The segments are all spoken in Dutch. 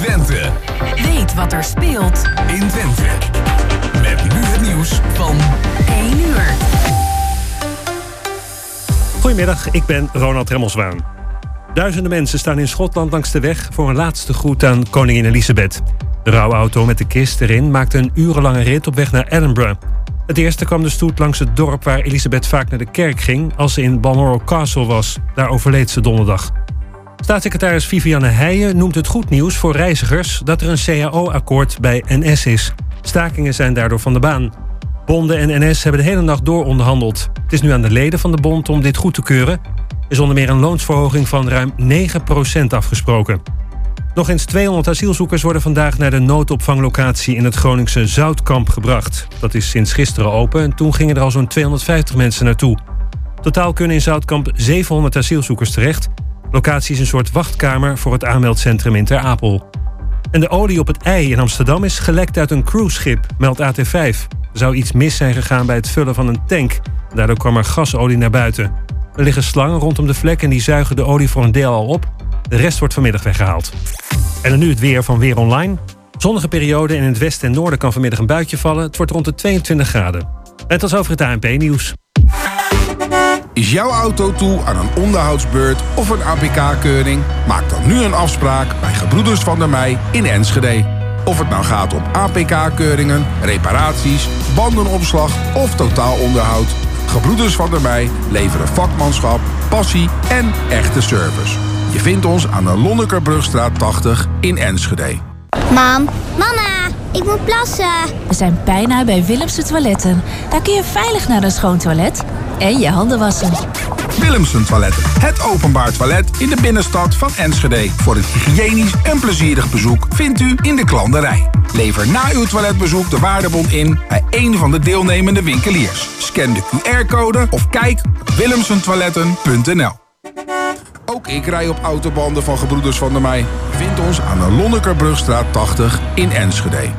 Twente. Weet wat er speelt in Twente. Met nu het nieuws van 1 uur. Goedemiddag, ik ben Ronald Remmelswaan. Duizenden mensen staan in Schotland langs de weg voor een laatste groet aan koningin Elizabeth. De rouwauto met de kist erin maakte een urenlange rit op weg naar Edinburgh. Het eerste kwam de stoet langs het dorp waar Elizabeth vaak naar de kerk ging als ze in Balmoral Castle was. Daar overleed ze donderdag. Staatssecretaris Viviane Heijen noemt het goed nieuws voor reizigers dat er een CAO-akkoord bij NS is. Stakingen zijn daardoor van de baan. Bonden en NS hebben de hele nacht door onderhandeld. Het is nu aan de leden van de bond om dit goed te keuren. Er is onder meer een loonsverhoging van ruim 9% afgesproken. Nog eens 200 asielzoekers worden vandaag naar de noodopvanglocatie in het Groningse Zoutkamp gebracht. Dat is sinds gisteren open en toen gingen er al zo'n 250 mensen naartoe. Totaal kunnen in Zoutkamp 700 asielzoekers terecht. De locatie is een soort wachtkamer voor het aanmeldcentrum in Ter Apel. En de olie op het IJ in Amsterdam is gelekt uit een cruiseschip, meldt AT5. Er zou iets mis zijn gegaan bij het vullen van een tank. Daardoor kwam er gasolie naar buiten. Er liggen slangen rondom de vlek en die zuigen de olie voor een deel al op. De rest wordt vanmiddag weggehaald. En dan nu het weer van Weer Online. Zonnige periode en in het westen en noorden kan vanmiddag een buitje vallen. Het wordt rond de 22 graden. En tot over het ANP-nieuws. Is jouw auto toe aan een onderhoudsbeurt of een APK-keuring? Maak dan nu een afspraak bij Gebroeders van der Meij in Enschede. Of het nou gaat om APK-keuringen, reparaties, bandenopslag of totaalonderhoud. Gebroeders van der Meij leveren vakmanschap, passie en echte service. Je vindt ons aan de Lonnekerbrugstraat 80 in Enschede. Mam, mama, ik moet plassen. We zijn bijna bij Willemsen Toiletten. Daar kun je veilig naar een schoon toilet en je handen wassen. Willemsen Toiletten, het openbaar toilet in de binnenstad van Enschede. Voor een hygiënisch en plezierig bezoek vindt u in de klanderij. Lever na uw toiletbezoek de waardebon in bij een van de deelnemende winkeliers. Scan de QR-code of kijk op willemsentoiletten.nl. Ook ik rij op autobanden van Gebroeders van der Meij. Vind ons aan de Lonnekerbrugstraat 80 in Enschede.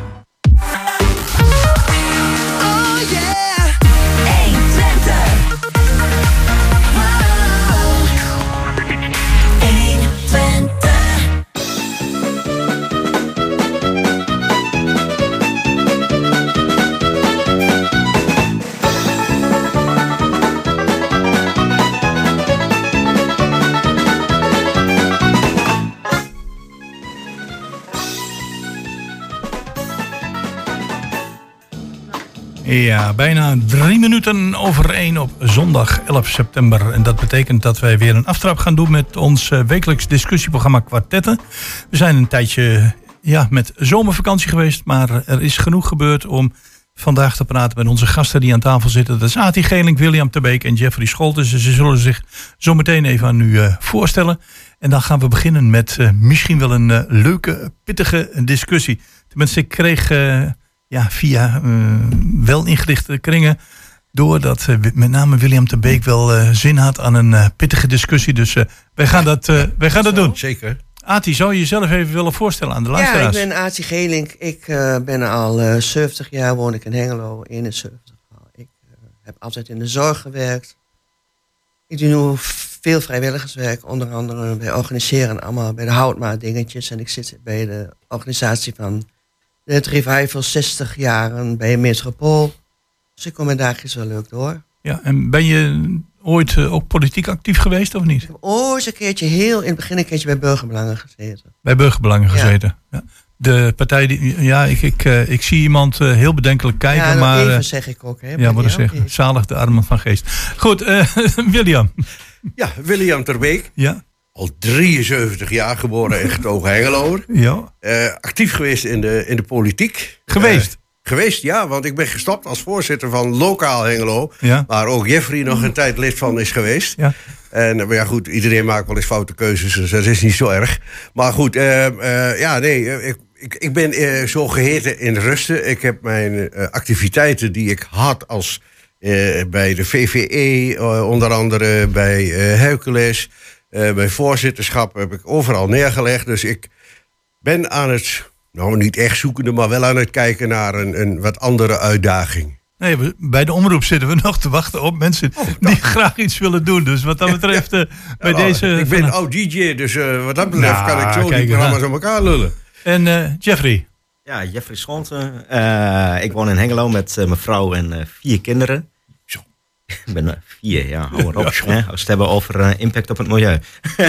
Ja, bijna 3 minuten over 1 op zondag 11 september. En dat betekent dat wij weer een aftrap gaan doen met ons wekelijks discussieprogramma Kwartetten. We zijn een tijdje met zomervakantie geweest, maar er is genoeg gebeurd om vandaag te praten met onze gasten die aan tafel zitten. Dat is Ati Geelink, William Terbeek en Jeffrey Scholtes. Ze zullen zich zo meteen even aan u voorstellen. En dan gaan we beginnen met misschien wel een leuke, pittige discussie. Tenminste, ik kreeg via wel ingerichte kringen door dat met name William Terbeek wel zin had aan een pittige discussie. Dus wij gaan dat doen. Zeker. Ati, zou je jezelf even willen voorstellen aan de luisteraars? Ja, ik ben Ati Geelink. Ik ben al 70 jaar, woon ik in Hengelo, 71. Ik heb altijd in de zorg gewerkt. Ik doe nu veel vrijwilligerswerk, onder andere wij organiseren allemaal bij de Houtmaat dingetjes. En ik zit bij de organisatie van het Revival 60 jaren bij een metropool. Dus ik kom mijn dagjes wel leuk door. Ja, en ben je ooit ook politiek actief geweest of niet? Ik heb ooit een keertje in het begin een keertje bij Burgerbelangen gezeten. Bij Burgerbelangen gezeten, ja. De partij, ik zie iemand heel bedenkelijk kijken. Ja, maar even zeg ik ook. Hè, ja, wat ik zeg. Zalig de armen van geest. Goed, William. Ja, William Terbeek. Ja. Al 73 jaar geboren en getogen Hengeloer. Ja. Actief geweest in de politiek. Geweest, ja, want ik ben gestapt als voorzitter van Lokaal Hengelo. Ja. Waar ook Jeffrey nog een tijd lid van is geweest. Ja. En maar ja, goed, iedereen maakt wel eens foute keuzes, dus dat is niet zo erg. Maar goed, ik ben zo geheten in rusten. Ik heb mijn activiteiten die ik had als bij de VVE, onder andere bij Hercules, mijn voorzitterschap heb ik overal neergelegd. Dus ik ben aan het, niet echt zoekende, maar wel aan het kijken naar een wat andere uitdaging. Nee, bij de omroep zitten we nog te wachten op mensen die graag iets willen doen. Dus wat dat betreft bij deze... Ik ben oud DJ, dus wat dat betreft kan ik zo die programma's aan elkaar lullen. En Jeffrey? Ja, Jeffrey Scholten. Ik woon in Hengelo met mijn vrouw en 4 kinderen. Zo. Ik ben 4, ja, hou maar op. Als we het hebben over impact op het milieu.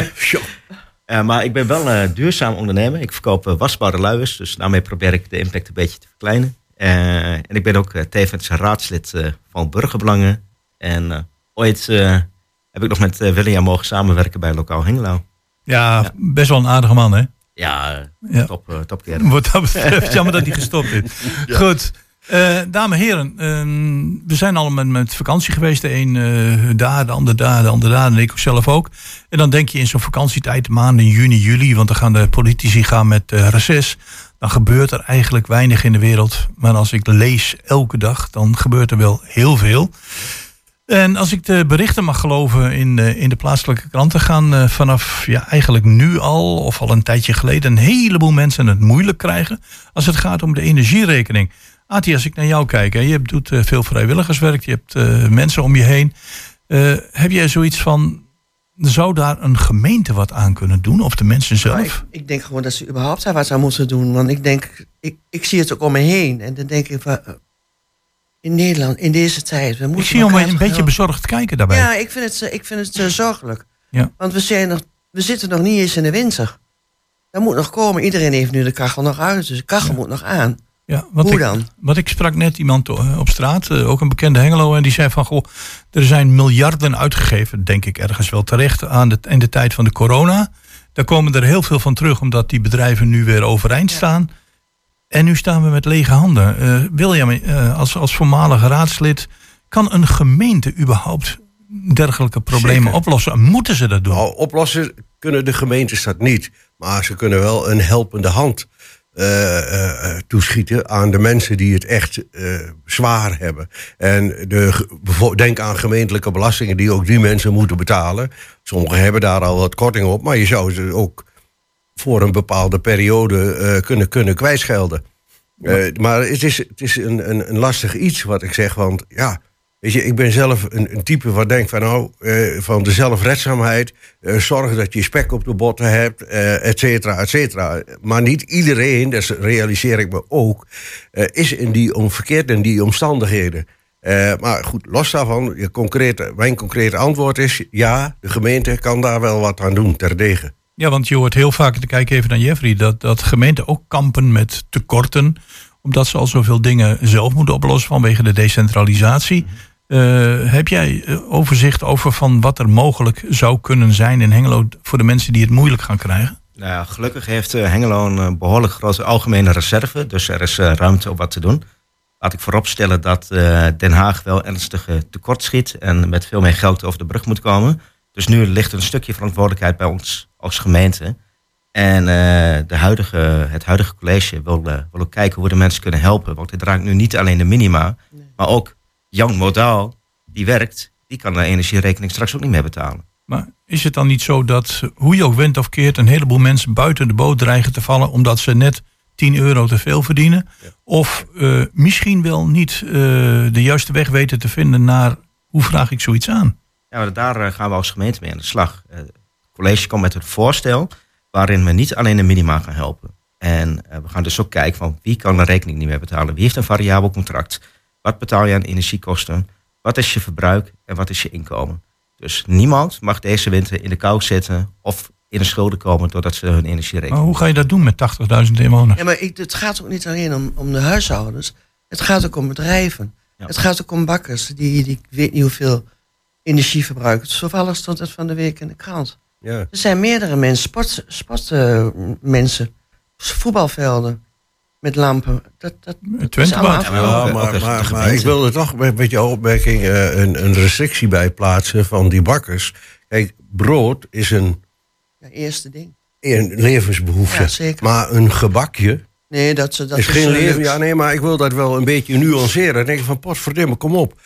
Maar ik ben wel een duurzaam ondernemer. Ik verkoop wasbare luiers, dus daarmee probeer ik de impact een beetje te verkleinen. En ik ben ook tevens raadslid van Burgerbelangen. En ooit heb ik nog met William mogen samenwerken bij Lokaal Hengelo. Ja, best wel een aardige man, hè? Ja, top kerel. Wat dat betreft, jammer dat hij gestopt is. Ja. Goed, dames en heren, we zijn allemaal met vakantie geweest. De een daar, de ander daar, de ander daar en ik zelf ook. En dan denk je in zo'n vakantietijd, maanden juni, juli, want dan gaan de politici met reces. Dan gebeurt er eigenlijk weinig in de wereld. Maar als ik lees elke dag, dan gebeurt er wel heel veel. En als ik de berichten mag geloven in de plaatselijke kranten, gaan vanaf eigenlijk nu al, of al een tijdje geleden, een heleboel mensen het moeilijk krijgen als het gaat om de energierekening. Ati, als ik naar jou kijk, hè, je doet veel vrijwilligerswerk, je hebt mensen om je heen. Heb jij zoiets van, zou daar een gemeente wat aan kunnen doen? Of de mensen zelf? Ik denk gewoon dat ze überhaupt daar wat aan moeten doen. Want ik denk, ik zie het ook om me heen. En dan denk ik van, in Nederland, in deze tijd. We moeten ik zie je een beetje bezorgd kijken daarbij. Ja, ik vind het zorgelijk. Ja. Want we zitten nog niet eens in de winter. Dat moet nog komen. Iedereen heeft nu de kachel nog uit. Dus de kachel moet nog aan. Ja, hoe dan? Want ik sprak net iemand op straat, ook een bekende Hengelo, en die zei van, goh, er zijn miljarden uitgegeven, denk ik ergens wel terecht, in de tijd van de corona. Daar komen er heel veel van terug, omdat die bedrijven nu weer overeind staan. En nu staan we met lege handen. William, als voormalig raadslid, kan een gemeente überhaupt dergelijke problemen oplossen? Moeten ze dat doen? Nou, oplossen kunnen de gemeentes dat niet. Maar ze kunnen wel een helpende hand toeschieten aan de mensen die het echt zwaar hebben. En denk aan gemeentelijke belastingen die ook die mensen moeten betalen. Sommigen hebben daar al wat korting op, maar je zou ze ook voor een bepaalde periode kunnen kwijtschelden. Maar het is een lastig iets wat ik zeg, want ja, weet je, ik ben zelf een type wat denkt van van de zelfredzaamheid, zorg dat je spek op de botten hebt, et cetera, et cetera. Maar niet iedereen, dat realiseer ik me ook, is verkeerd in die omstandigheden. Maar goed, los daarvan, mijn concrete antwoord is ja, de gemeente kan daar wel wat aan doen, terdege. Ja, want je hoort heel vaak, te kijken even naar Jeffrey, dat gemeenten ook kampen met tekorten, omdat ze al zoveel dingen zelf moeten oplossen vanwege de decentralisatie. Heb jij overzicht over van wat er mogelijk zou kunnen zijn in Hengelo voor de mensen die het moeilijk gaan krijgen? Nou ja, gelukkig heeft Hengelo een behoorlijk grote algemene reserve, dus er is ruimte om wat te doen. Laat ik vooropstellen dat Den Haag wel ernstig tekort schiet en met veel meer geld over de brug moet komen. Dus nu ligt een stukje verantwoordelijkheid bij ons als gemeente. En het huidige college wil ook kijken hoe we de mensen kunnen helpen. Want het raakt nu niet alleen de minima, maar ook Jan Modaal, die werkt, die kan de energierekening straks ook niet meer betalen. Maar is het dan niet zo dat, hoe je ook went of keert, een heleboel mensen buiten de boot dreigen te vallen omdat ze net €10 te veel verdienen? Ja. Of misschien wel niet de juiste weg weten te vinden naar, hoe vraag ik zoiets aan? Ja, daar gaan we als gemeente mee aan de slag. Het college komt met een voorstel waarin we niet alleen de minima gaan helpen. En we gaan dus ook kijken van wie kan de rekening niet meer betalen. Wie heeft een variabel contract? Wat betaal je aan energiekosten? Wat is je verbruik en wat is je inkomen? Dus niemand mag deze winter in de kou zitten of in de schulden komen doordat ze hun energierekening. Maar hoe ga je dat doen met 80.000 inwoners? Ja, maar het gaat ook niet alleen om de huishoudens. Het gaat ook om bedrijven. Ja. Het gaat ook om bakkers die weet niet hoeveel energie verbruiken. Toevallig stond het van de week in de krant. Ja. Er zijn meerdere mensen, sportmensen, voetbalvelden met lampen. Dat is allemaal maar ik wilde toch met jouw opmerking een restrictie bij plaatsen van die bakkers. Kijk, brood is een eerste ding. Een levensbehoefte. Ja, zeker. Maar een gebakje nee, dat is geen leven. Ja, nee, maar ik wil dat wel een beetje nuanceren. Dan denk ik van, potverdimme, kom op.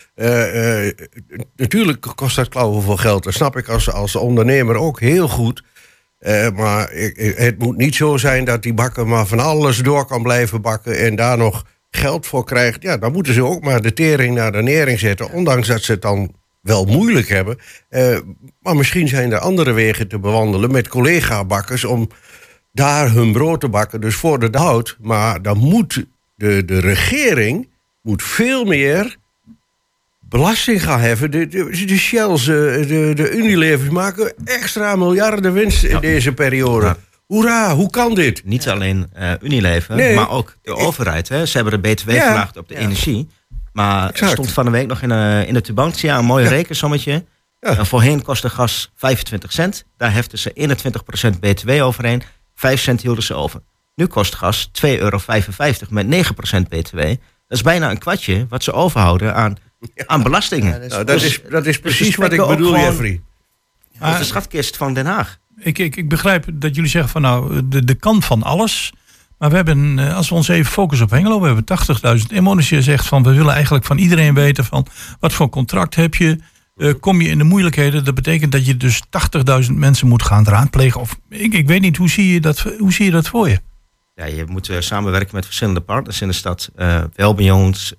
Natuurlijk kost dat klauwen veel geld. Dat snap ik als ondernemer ook heel goed. Maar het moet niet zo zijn dat die bakker maar van alles door kan blijven bakken en daar nog geld voor krijgt. Ja, dan moeten ze ook maar de tering naar de nering zetten. Ondanks dat ze het dan wel moeilijk hebben. Maar misschien zijn er andere wegen te bewandelen met collega-bakkers om daar hun brood te bakken, dus voor de hout. Maar dan moet de regering moet veel meer belasting gaan heffen. De Shells, de Unilevers maken extra miljarden winst in deze periode. Ja. Hoera, hoe kan dit? Niet alleen Unilever, maar ook de overheid. Hè. Ze hebben de BTW verlaagd op de energie. Maar er stond van de week nog in de Tubantia een mooi rekensommetje. Ja. Voorheen kostte gas 25 cent. Daar heften ze 21% BTW overheen. 5 cent hielden ze over. Nu kost gas €2,55 met 9% BTW. Dat is bijna een kwartje wat ze overhouden aan belastingen. Ja, dat is precies wat ik bedoel, Jeffrey. Dat is de schatkist van Den Haag. Ik begrijp dat jullie zeggen van de kant van alles. Maar we hebben, als we ons even focussen op Hengelo, we hebben 80.000 inwoners. Je zegt van, we willen eigenlijk van iedereen weten van, wat voor contract heb je? Kom je in de moeilijkheden? Dat betekent dat je dus 80.000 mensen moet gaan raadplegen. Of ik weet niet, hoe zie je dat voor je? Ja, je moet samenwerken met verschillende partners in de stad. Welbejons,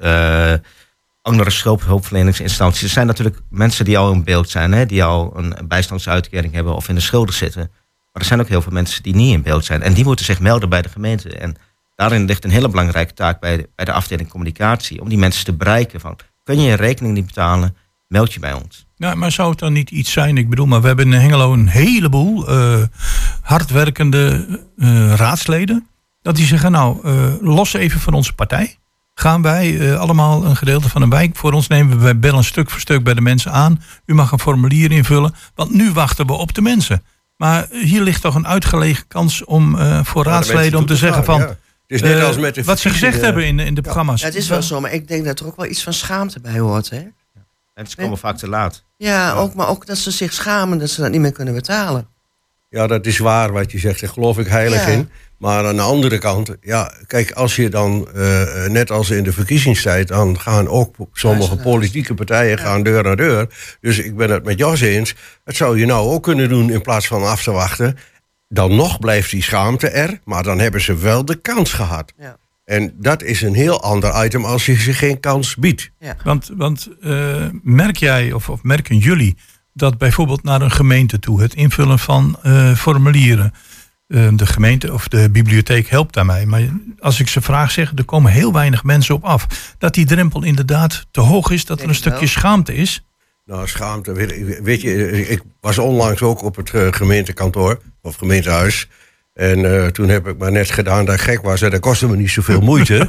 andere hulpverleningsinstanties. Er zijn natuurlijk mensen die al in beeld zijn, hè, die al een bijstandsuitkering hebben of in de schulden zitten. Maar er zijn ook heel veel mensen die niet in beeld zijn. En die moeten zich melden bij de gemeente. En daarin ligt een hele belangrijke taak bij de afdeling communicatie. Om die mensen te bereiken van, kun je rekening niet betalen, meld je bij ons. Ja, maar zou het dan niet iets zijn? Ik bedoel, maar we hebben in Hengelo een heleboel hardwerkende raadsleden. Dat die zeggen, los even van onze partij. Gaan wij allemaal een gedeelte van een wijk voor ons nemen. Wij bellen stuk voor stuk bij de mensen aan. U mag een formulier invullen. Want nu wachten we op de mensen. Maar hier ligt toch een uitgelegen kans om voor raadsleden om te zeggen van... Ja. Het is net als met de wat ze gezegd hebben in de programma's. Ja, het is wel zo, maar ik denk dat er ook wel iets van schaamte bij hoort. Hè? En ze komen vaak te laat. Ja, maar ook dat ze zich schamen dat ze dat niet meer kunnen betalen. Ja, dat is waar wat je zegt. Daar geloof ik heilig in. Maar aan de andere kant, kijk, als je dan, net als in de verkiezingstijd, dan gaan ook sommige politieke partijen gaan deur naar deur. Dus ik ben het met Jos eens. Dat zou je nou ook kunnen doen in plaats van af te wachten. Dan nog blijft die schaamte er, maar dan hebben ze wel de kans gehad. Ja. En dat is een heel ander item als je ze geen kans biedt. Ja. Want merk jij of merken jullie dat bijvoorbeeld naar een gemeente toe het invullen van formulieren, de gemeente of de bibliotheek helpt daarmee. Maar als ik ze vraag zeg, er komen heel weinig mensen op af. Dat die drempel inderdaad te hoog is, dat er een stukje schaamte is. Nou, schaamte, weet je, ik was onlangs ook op het gemeentekantoor of gemeentehuis. En toen heb ik maar net gedaan dat ik gek was. En dat kostte me niet zoveel moeite.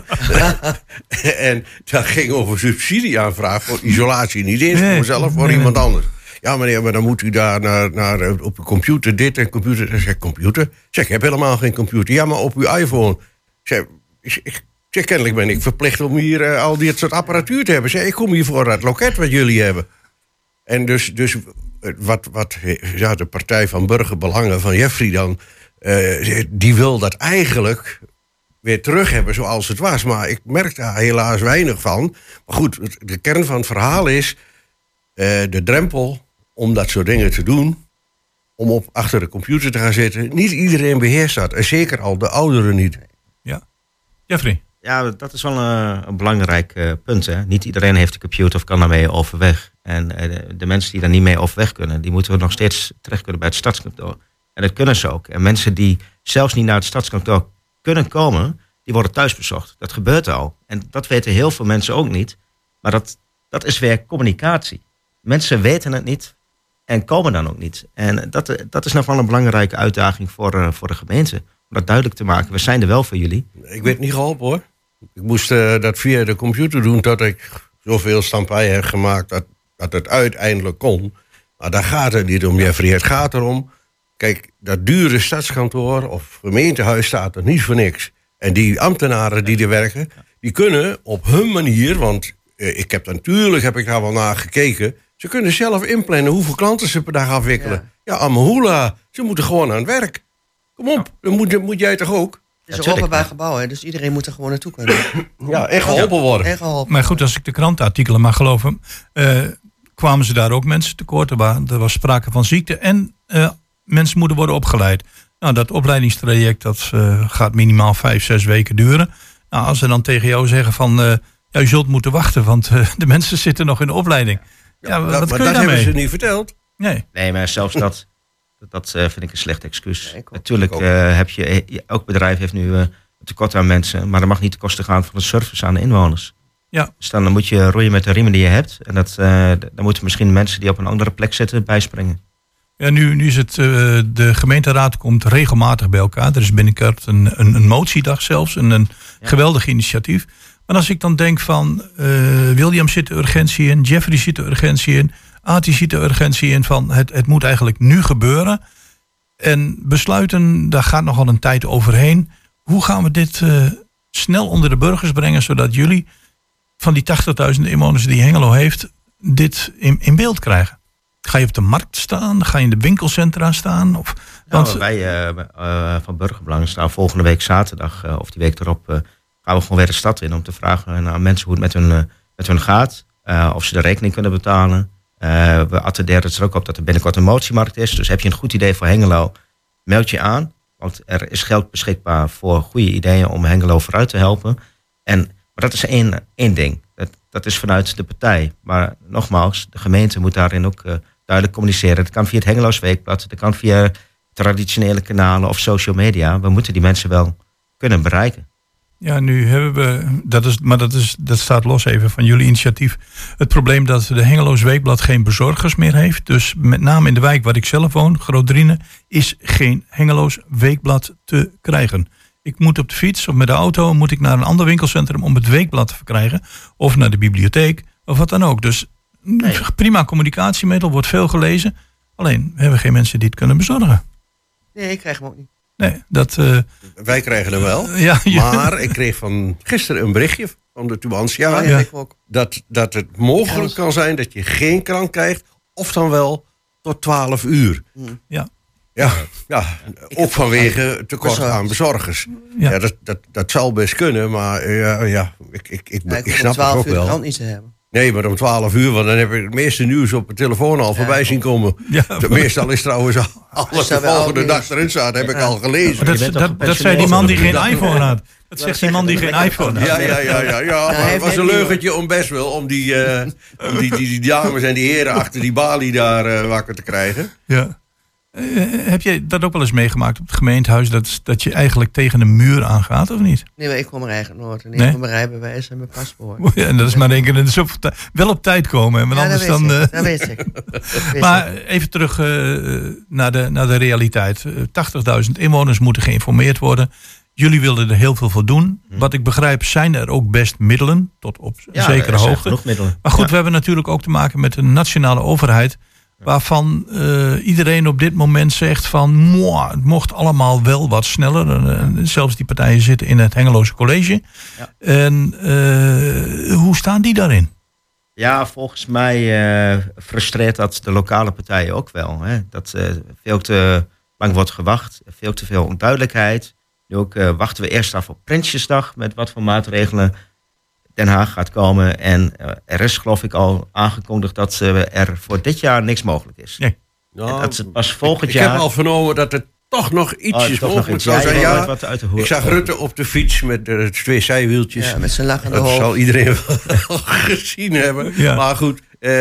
En dat ging over subsidieaanvraag voor isolatie. Niet eens voor mezelf, voor iemand anders. Ja, meneer, maar dan moet u daar naar op de computer dit en computer. Ik zeg, computer? Zeg, ik heb helemaal geen computer. Ja, maar op uw iPhone. Zeg, kennelijk ben ik verplicht om hier al dit soort apparatuur te hebben. Zeg, ik kom hier voor het loket wat jullie hebben. En dus wat de Partij van Burgerbelangen van Jeffrey dan, die wil dat eigenlijk weer terug hebben zoals het was. Maar ik merk daar helaas weinig van. Maar goed, de kern van het verhaal is de drempel om dat soort dingen te doen, om achter de computer te gaan zitten. Niet iedereen beheerst dat. En zeker al de ouderen niet. Ja. Jeffrey? Ja, dat is wel een belangrijk punt. Hè? Niet iedereen heeft een computer of kan daarmee overweg. En de mensen die daar niet mee overweg kunnen, die moeten nog steeds terecht kunnen bij het stadskantoor. En dat kunnen ze ook. En mensen die zelfs niet naar het stadskantoor kunnen komen, die worden thuisbezocht. Dat gebeurt al. En dat weten heel veel mensen ook niet. Maar dat is weer communicatie. Mensen weten het niet en komen dan ook niet. En dat is nog wel een belangrijke uitdaging voor de gemeente. Om dat duidelijk te maken. We zijn er wel voor jullie. Ik werd niet geholpen, hoor. Ik moest dat via de computer doen tot ik zoveel stampij heb gemaakt dat het uiteindelijk kon. Maar daar gaat het niet om, Jeffrey. Het gaat erom, kijk, dat dure stadskantoor of gemeentehuis staat er niet voor niks. En die ambtenaren die er werken, die kunnen op hun manier, want ik heb daar wel naar gekeken, ze kunnen zelf inplannen hoeveel klanten ze per dag afwikkelen. Ja, Amahula, ze moeten gewoon aan het werk. Kom op, dat moet jij toch ook? Het is een openbaar gebouw, hè, dus iedereen moet er gewoon naartoe kunnen. Ja, echt geholpen worden. Maar goed, als ik de krantenartikelen mag geloven, kwamen ze daar ook mensen tekort. Er was sprake van ziekte en mensen moeten worden opgeleid. Nou, dat opleidingstraject dat gaat minimaal 5-6 weken duren. Nou, als ze dan tegen jou zeggen van, u zult moeten wachten, want de mensen zitten nog in de opleiding. Ja, wat kun je daarmee? Dat hebben ze niet verteld. Nee, maar zelfs dat Dat vind ik een slecht excuus. Ja, Natuurlijk heb je, elk bedrijf heeft nu een tekort aan mensen, maar dat mag niet ten koste gaan van de service aan de inwoners. Ja. Dus dan moet je roeien met de riemen die je hebt. En dan moeten misschien mensen die op een andere plek zitten bijspringen. Ja, nu is het, de gemeenteraad komt regelmatig bij elkaar. Er is binnenkort een motiedag zelfs, een geweldig initiatief. Maar als ik dan denk van, William zit de urgentie in, Jeffrey zit de urgentie in, Ati ziet de urgentie in van het moet eigenlijk nu gebeuren. En besluiten, daar gaat nogal een tijd overheen. Hoe gaan we dit snel onder de burgers brengen, zodat jullie van die 80.000 inwoners die Hengelo heeft, dit in beeld krijgen? Ga je op de markt staan? Ga je in de winkelcentra staan? Wij van Burgerbelang staan volgende week zaterdag, of die week erop, gaan we gewoon weer de stad in om te vragen aan mensen hoe het met hun gaat. Of ze de rekening kunnen betalen. We attenderen het er ook op dat er binnenkort een motiemarkt is. Dus heb je een goed idee voor Hengelo, meld je aan. Want er is geld beschikbaar voor goede ideeën om Hengelo vooruit te helpen. Maar dat is één ding. Dat is vanuit de partij. Maar nogmaals, de gemeente moet daarin ook duidelijk communiceren. Dat kan via het Hengeloos Weekblad. Dat kan via traditionele kanalen of social media. We moeten die mensen wel kunnen bereiken. Ja, nu hebben we, dat staat los even van jullie initiatief, het probleem dat de Hengeloos Weekblad geen bezorgers meer heeft. Dus met name in de wijk waar ik zelf woon, Groot-Drienen, is geen Hengeloos Weekblad te krijgen. Ik moet op de fiets of met de auto moet ik naar een ander winkelcentrum om het weekblad te verkrijgen. Of naar de bibliotheek of wat dan ook. Dus prima communicatiemiddel, wordt veel gelezen. Alleen we hebben geen mensen die het kunnen bezorgen. Nee, ik krijg hem ook niet. Nee, dat... Wij krijgen hem wel. Ja. Maar ik kreeg van gisteren een berichtje van de Tubantia. Dat het mogelijk kan zijn dat je geen krant krijgt. Of dan wel tot 12 uur. Ja. Ja, ook vanwege tekort aan bezorgers. Ja, dat zal best kunnen, maar ik snap het ook wel. Niet te hebben. Nee, maar om 12 uur, want dan heb ik het meeste nieuws op de telefoon al voorbij zien komen. Ja. Meestal is trouwens alles de volgende dag erin staat, heb ik al gelezen. Dat zei die man die geen iPhone had. Dat zegt die man die geen iPhone had. Ja, maar het was een leugentje om best wel, om die dames en die heren achter die balie daar wakker te krijgen. Ja. Heb jij dat ook wel eens meegemaakt op het gemeentehuis, dat je eigenlijk tegen een muur aangaat, of niet? Nee, maar ik kom er eigenlijk nooit. En ik heb mijn rijbewijs en mijn paspoort. Ja, en dat is maar één keer. Dus wel op tijd komen. Maar anders dan. Dat weet ik. Maar even terug naar de realiteit. 80.000 inwoners moeten geïnformeerd worden. Jullie wilden er heel veel voor doen. Wat ik begrijp, zijn er ook best middelen, tot op zekere hoogte. Maar goed, we hebben natuurlijk ook te maken met een nationale overheid, waarvan iedereen op dit moment zegt van, het mocht allemaal wel wat sneller. Zelfs die partijen zitten in het Hengeloze College. Ja. En hoe staan die daarin? Ja, volgens mij frustreert dat de lokale partijen ook wel. Hè? Dat veel te lang wordt gewacht, veel te veel onduidelijkheid. Nu ook wachten we eerst af op Prinsjesdag met wat voor maatregelen Den Haag gaat komen. En er is geloof ik al aangekondigd dat er voor dit jaar niks mogelijk is. Nee. Nou, dat pas volgend jaar. Ik heb al vernomen dat het toch nog ietsjes mogelijk zou zijn. Ja, ik zag Rutte op de fiets met 2 zijwieltjes. Ja, met zijn lachende hoofd. Dat zal iedereen wel gezien hebben. Ja. Maar goed,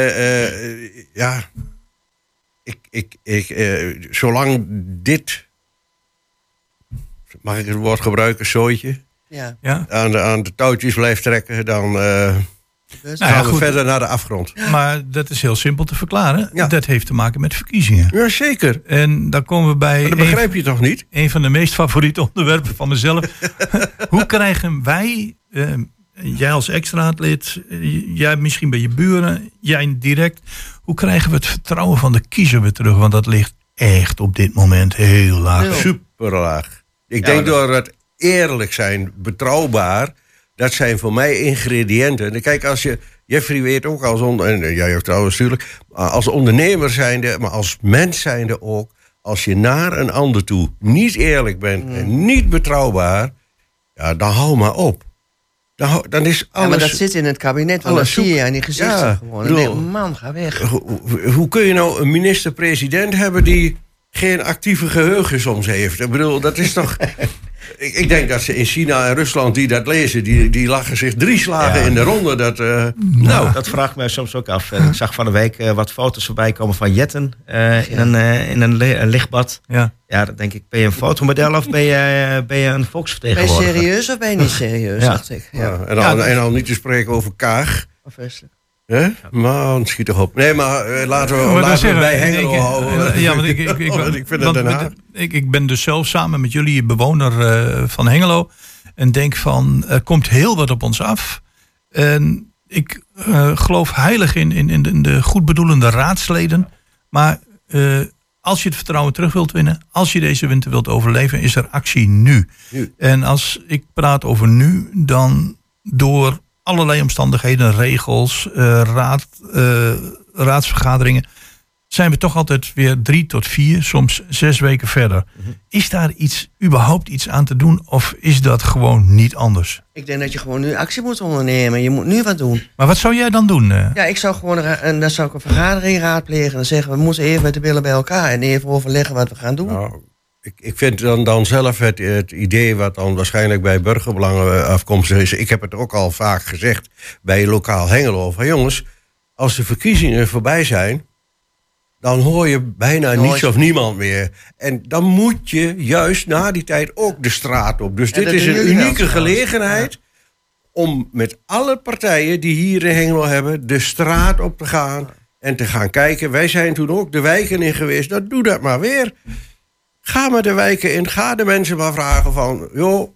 zolang dit, mag ik het woord gebruiken, zooitje, aan de touwtjes blijft trekken, dan gaan we verder naar de afgrond. Ja. Maar dat is heel simpel te verklaren. Ja. Dat heeft te maken met verkiezingen. Jazeker. En dan komen we bij... Maar dat begrijp je toch niet? Een van de meest favoriete onderwerpen van mezelf. Hoe krijgen wij, jij als extra-lid, jij misschien bij je buren, jij direct, hoe krijgen we het vertrouwen van de kiezer weer terug? Want dat ligt echt op dit moment heel laag. Super laag. Ik denk door het eerlijk zijn, betrouwbaar, dat zijn voor mij ingrediënten. En kijk, als je, Jeffrey weet ook en jij ook trouwens natuurlijk, als ondernemer zijnde, maar als mens zijnde ook, als je naar een ander toe niet eerlijk bent en niet betrouwbaar, ja, dan hou maar op. Dan is alles. Ja, maar dat zit in het kabinet, want dat zie je aan die gezichten gewoon. Dan denk ik, man, ga weg. Hoe kun je nou een minister-president hebben die geen actieve geheugen soms heeft? Ik bedoel, dat is toch... Ik denk dat ze in China en Rusland die dat lezen, die lachen zich 3 slagen in de ronde. Dat vraagt mij soms ook af. Ik zag van de week wat foto's voorbij komen van jetten in een lichtbad. Ja, dan denk ik, ben je een fotomodel of ben je een volksvertegenwoordiger? Ben je serieus of ben je niet serieus, dacht ik. En al niet te spreken over Kaag. Vreselijk. Man, schiet toch op. Nee, maar laten we bij Hengelo houden. Want ik vind het Den Haag. Ik ben dus zelf samen met jullie bewoner van Hengelo. En denk van, er komt heel wat op ons af. En ik geloof heilig in de goedbedoelende raadsleden. Maar als je het vertrouwen terug wilt winnen, als je deze winter wilt overleven, is er actie nu. En als ik praat over nu, dan door allerlei omstandigheden, regels, raadsvergaderingen, zijn we toch altijd weer 3 tot 4, soms 6 weken verder. Is daar überhaupt iets aan te doen of is dat gewoon niet anders? Ik denk dat je gewoon nu actie moet ondernemen. Je moet nu wat doen. Maar wat zou jij dan doen? Ja, ik zou gewoon dan zou ik een vergadering raadplegen en zeggen, we moeten even met de billen bij elkaar en even overleggen wat we gaan doen. Nou, ik vind dan zelf het idee wat dan waarschijnlijk bij burgerbelangen afkomstig is. Ik heb het ook al vaak gezegd bij lokaal Hengelo. Van jongens, als de verkiezingen voorbij zijn, dan hoor je bijna niets of niemand meer. En dan moet je juist na die tijd ook de straat op. Dus dit is een unieke gelegenheid om met alle partijen die hier in Hengelo hebben de straat op te gaan en te gaan kijken. Wij zijn toen ook de wijken in geweest. Nou, doe dat maar weer. Ga maar de wijken in. Ga de mensen maar vragen van, joh,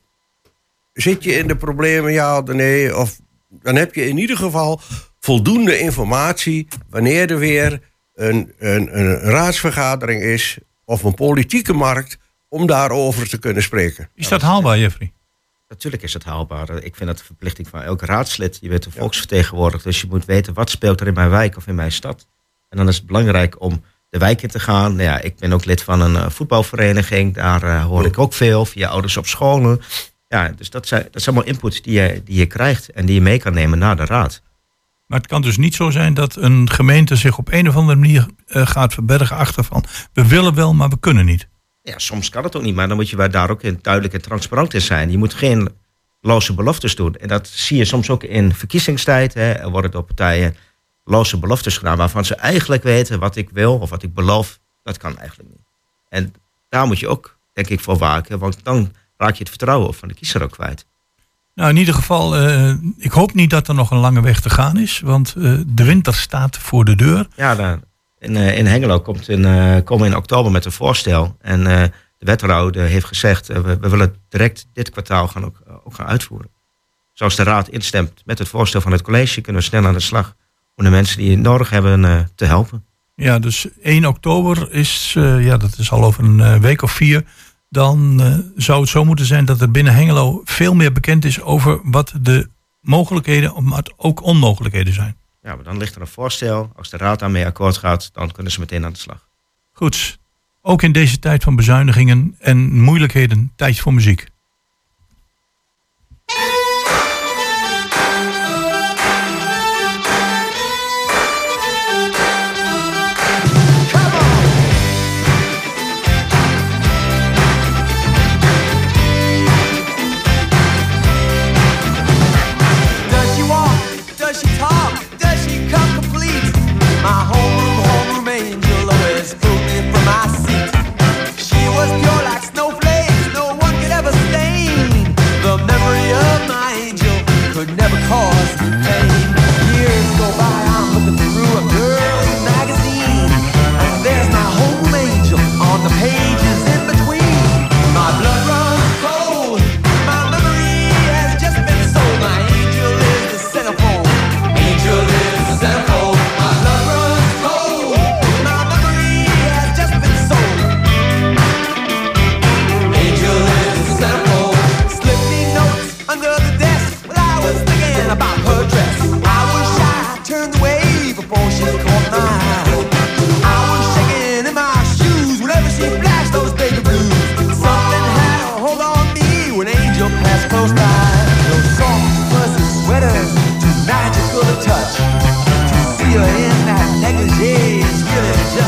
zit je in de problemen, ja of nee? Of dan heb je in ieder geval voldoende informatie wanneer er weer een raadsvergadering is of een politieke markt om daarover te kunnen spreken. Is dat haalbaar, Jeffrey? Natuurlijk is het haalbaar. Ik vind dat de verplichting van elk raadslid. Je bent een volksvertegenwoordiger, dus je moet weten wat speelt er in mijn wijk of in mijn stad. En dan is het belangrijk om de wijk in te gaan. Nou ja, ik ben ook lid van een voetbalvereniging. Daar hoor ik ook veel via ouders op scholen. Ja, dus dat is allemaal input die je krijgt en die je mee kan nemen naar de raad. Maar het kan dus niet zo zijn dat een gemeente zich op een of andere manier gaat verbergen achter van, we willen wel, maar we kunnen niet. Ja, soms kan het ook niet, maar dan moet je daar ook duidelijk en transparant in zijn. Je moet geen loze beloftes doen. En dat zie je soms ook in verkiezingstijd. Er worden door partijen loze beloftes gedaan waarvan ze eigenlijk weten wat ik wil of wat ik beloof. Dat kan eigenlijk niet. En daar moet je ook, denk ik, voor waken, want dan raak je het vertrouwen van de kiezer ook kwijt. Nou, in ieder geval, ik hoop niet dat er nog een lange weg te gaan is, want de winter staat voor de deur. Ja, in Hengelo komen in oktober met een voorstel. En de wethouder heeft gezegd, we willen direct dit kwartaal ook gaan uitvoeren. Zoals de raad instemt met het voorstel van het college, kunnen we snel aan de slag om de mensen die het nodig hebben te helpen. Ja, dus 1 oktober is, dat is al over een week of 4... dan zou het zo moeten zijn dat er binnen Hengelo veel meer bekend is over wat de mogelijkheden, maar ook onmogelijkheden zijn. Ja, maar dan ligt er een voorstel. Als de raad daarmee akkoord gaat, dan kunnen ze meteen aan de slag. Goed. Ook in deze tijd van bezuinigingen en moeilijkheden, tijd voor muziek.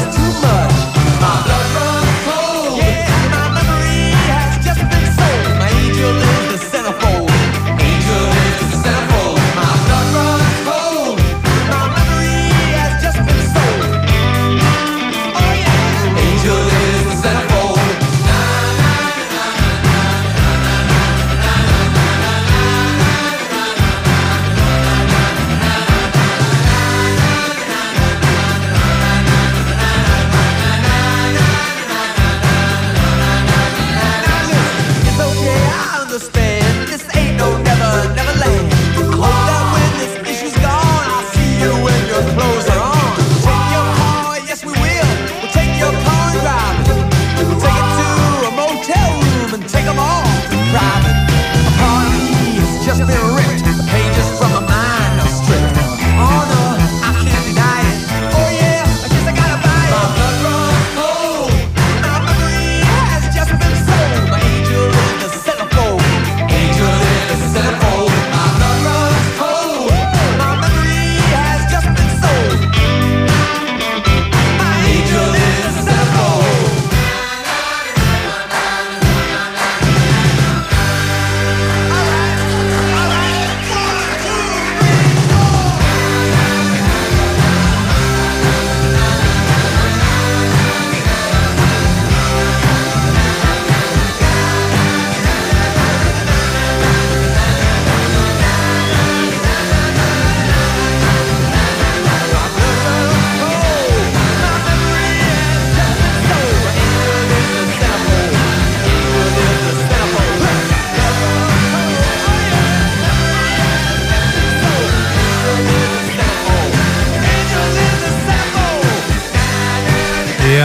My blood runs cold, yeah, my memory has just been sold. My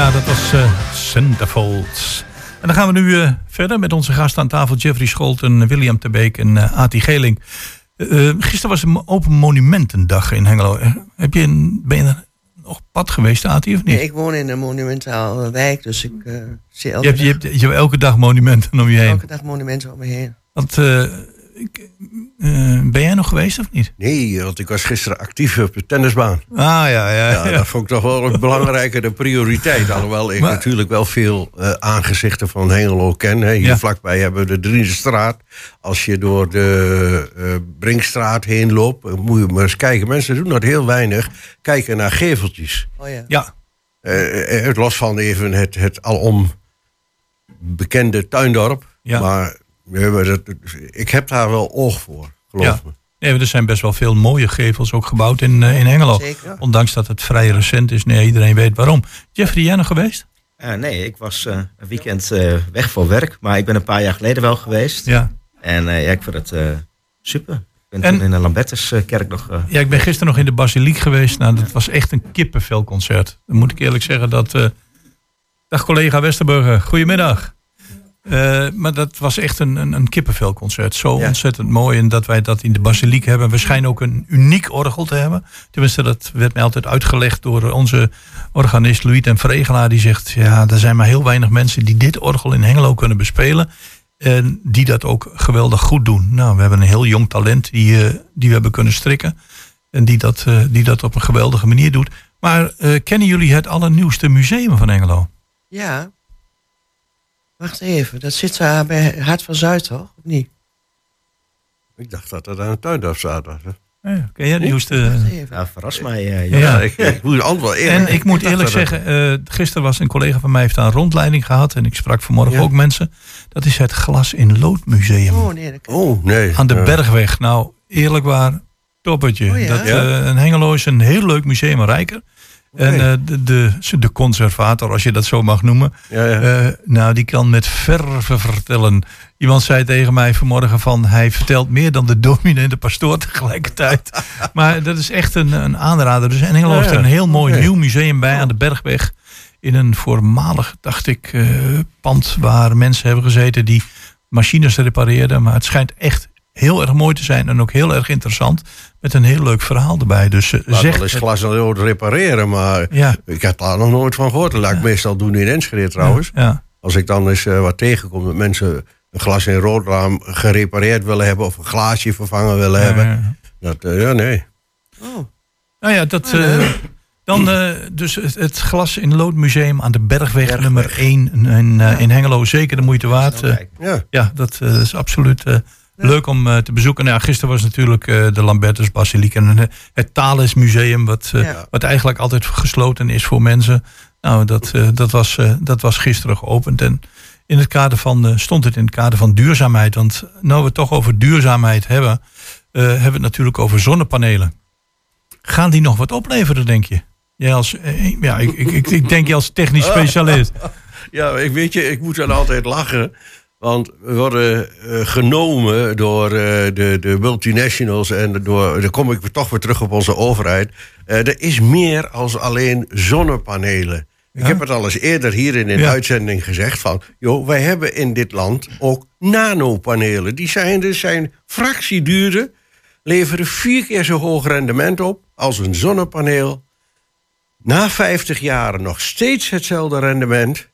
Ja, dat was Centerfolds. En dan gaan we nu verder met onze gasten aan tafel. Jeffrey Scholten, William Terbeek en Ati Geling. Gisteren was een Open Monumentendag in Hengelo. Ben je er nog pad geweest, Ati, of niet? Nee, ik woon in een monumentaal wijk, dus ik zie je hebt elke dag monumenten om je heen. Elke dag monumenten om me heen. Want, ben jij nog geweest of niet? Nee, want ik was gisteren actief op de tennisbaan. Ja. Dat vond ik toch wel een belangrijke prioriteit. Alhoewel ik natuurlijk wel veel aangezichten van Hengelo ken. Hè. Hier vlakbij hebben we de Driestraat. Als je door de Brinkstraat heen loopt, moet je maar eens kijken. Mensen doen dat heel weinig. Kijken naar geveltjes. Oh ja. Los van even het alom bekende tuindorp. Ja. Maar ik heb daar wel oog voor, geloof me. Nee, er zijn best wel veel mooie gevels ook gebouwd in Hengelo. Zeker. Ondanks dat het vrij recent is. Nee, iedereen weet waarom. Jeffrey, jij nog geweest? Nee, ik was een weekend weg voor werk. Maar ik ben een paar jaar geleden wel geweest. Ja. En ik vind het super. Ik ben toen in de Lambertuskerk nog... Ja, ik ben gisteren nog in de basiliek geweest. Nou, dat was echt een kippenvelconcert. Dan moet ik eerlijk zeggen dat... Dag collega Westerburger, goedemiddag. Maar dat was echt een kippenvelconcert. Zo ontzettend mooi. En dat wij dat in de basiliek hebben. We schijnen ook een uniek orgel te hebben. Tenminste, dat werd mij altijd uitgelegd door onze organist Louis ten Vregelaar. Die zegt, ja, er zijn maar heel weinig mensen die dit orgel in Hengelo kunnen bespelen. En die dat ook geweldig goed doen. Nou, we hebben een heel jong talent die we hebben kunnen strikken. En die dat op een geweldige manier doet. Maar kennen jullie het allernieuwste museum van Hengelo? Ja. Wacht even, dat zit daar bij Hart van Zuid, toch? Of niet? Ik dacht dat dat aan het tuindorp staat. Ja, ken jij de nieuwste? Ja, verras mij. Ik moet antwoord En ik moet eerlijk zeggen, gisteren was een collega van mij heeft daar een rondleiding gehad. En ik sprak vanmorgen ook mensen. Dat is het Glas in Lood Museum. Nee. Aan de Bergweg. Nou, eerlijk waar, toppertje. Oh, ja. En Hengelo is een heel leuk museum, Rijker. En de conservator, als je dat zo mag noemen. Nou, die kan met verve vertellen. Iemand zei tegen mij vanmorgen van... hij vertelt meer dan de dominee en de pastoor tegelijkertijd. Maar dat is echt een aanrader. Dus en Hengelo heeft er een heel mooi nieuw museum bij aan de Bergweg. In een voormalig, dacht ik, pand waar mensen hebben gezeten... die machines repareerden. Maar het schijnt echt heel erg mooi te zijn en ook heel erg interessant. Met een heel leuk verhaal erbij. Dus wel eens glas en lood repareren, maar ik heb daar nog nooit van gehoord. Dat laat ik meestal doen in Enschede trouwens. Ja. Als ik dan eens wat tegenkom dat mensen een glas en roodraam gerepareerd willen hebben of een glaasje vervangen willen hebben. Dat, nee. Oh. Nou ja, dat... Dan dus het Glas in Lood Museum aan de Bergweg nummer 1 in Hengelo. Zeker de moeite waard. Dat is absoluut... leuk om te bezoeken. Nou, gisteren was natuurlijk de Lambertus Basiliek en het Thales Museum, wat eigenlijk altijd gesloten is voor mensen. Nou, dat was gisteren geopend. En in het kader stond het in het kader van duurzaamheid. Want nou we het toch over duurzaamheid hebben, hebben we het natuurlijk over zonnepanelen. Gaan die nog wat opleveren, denk je? Jij als, ik denk je als technisch specialist. Ja, ik moet dan altijd lachen. Want we worden genomen door de multinationals en daar kom ik toch weer terug op onze overheid. Er is meer als alleen zonnepanelen. Ja? Ik heb het al eens eerder hier in een uitzending gezegd van... wij hebben in dit land ook nanopanelen. Die zijn fractieduurder, leveren 4 keer zo hoog rendement op als een zonnepaneel. Na 50 jaar nog steeds hetzelfde rendement...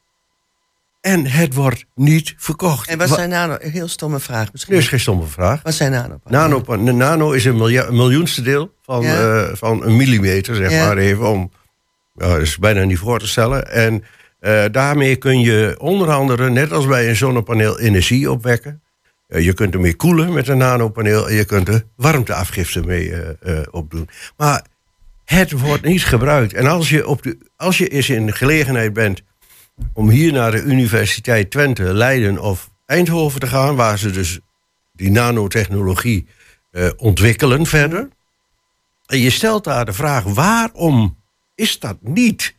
En het wordt niet verkocht. En wat zijn nano? Een heel stomme vraag misschien. Dat is geen stomme vraag. Wat zijn nanopanelen? Nano is een miljoenste deel van een millimeter, zeg maar even. Dat is bijna niet voor te stellen. En daarmee kun je onder andere, net als bij een zonnepaneel, energie opwekken. Je kunt ermee koelen met een nanopaneel. En je kunt er warmteafgifte mee opdoen. Maar het wordt niet gebruikt. En als je eens in de gelegenheid bent... om hier naar de Universiteit Twente, Leiden of Eindhoven te gaan... waar ze dus die nanotechnologie ontwikkelen verder. En je stelt daar de vraag, waarom is dat niet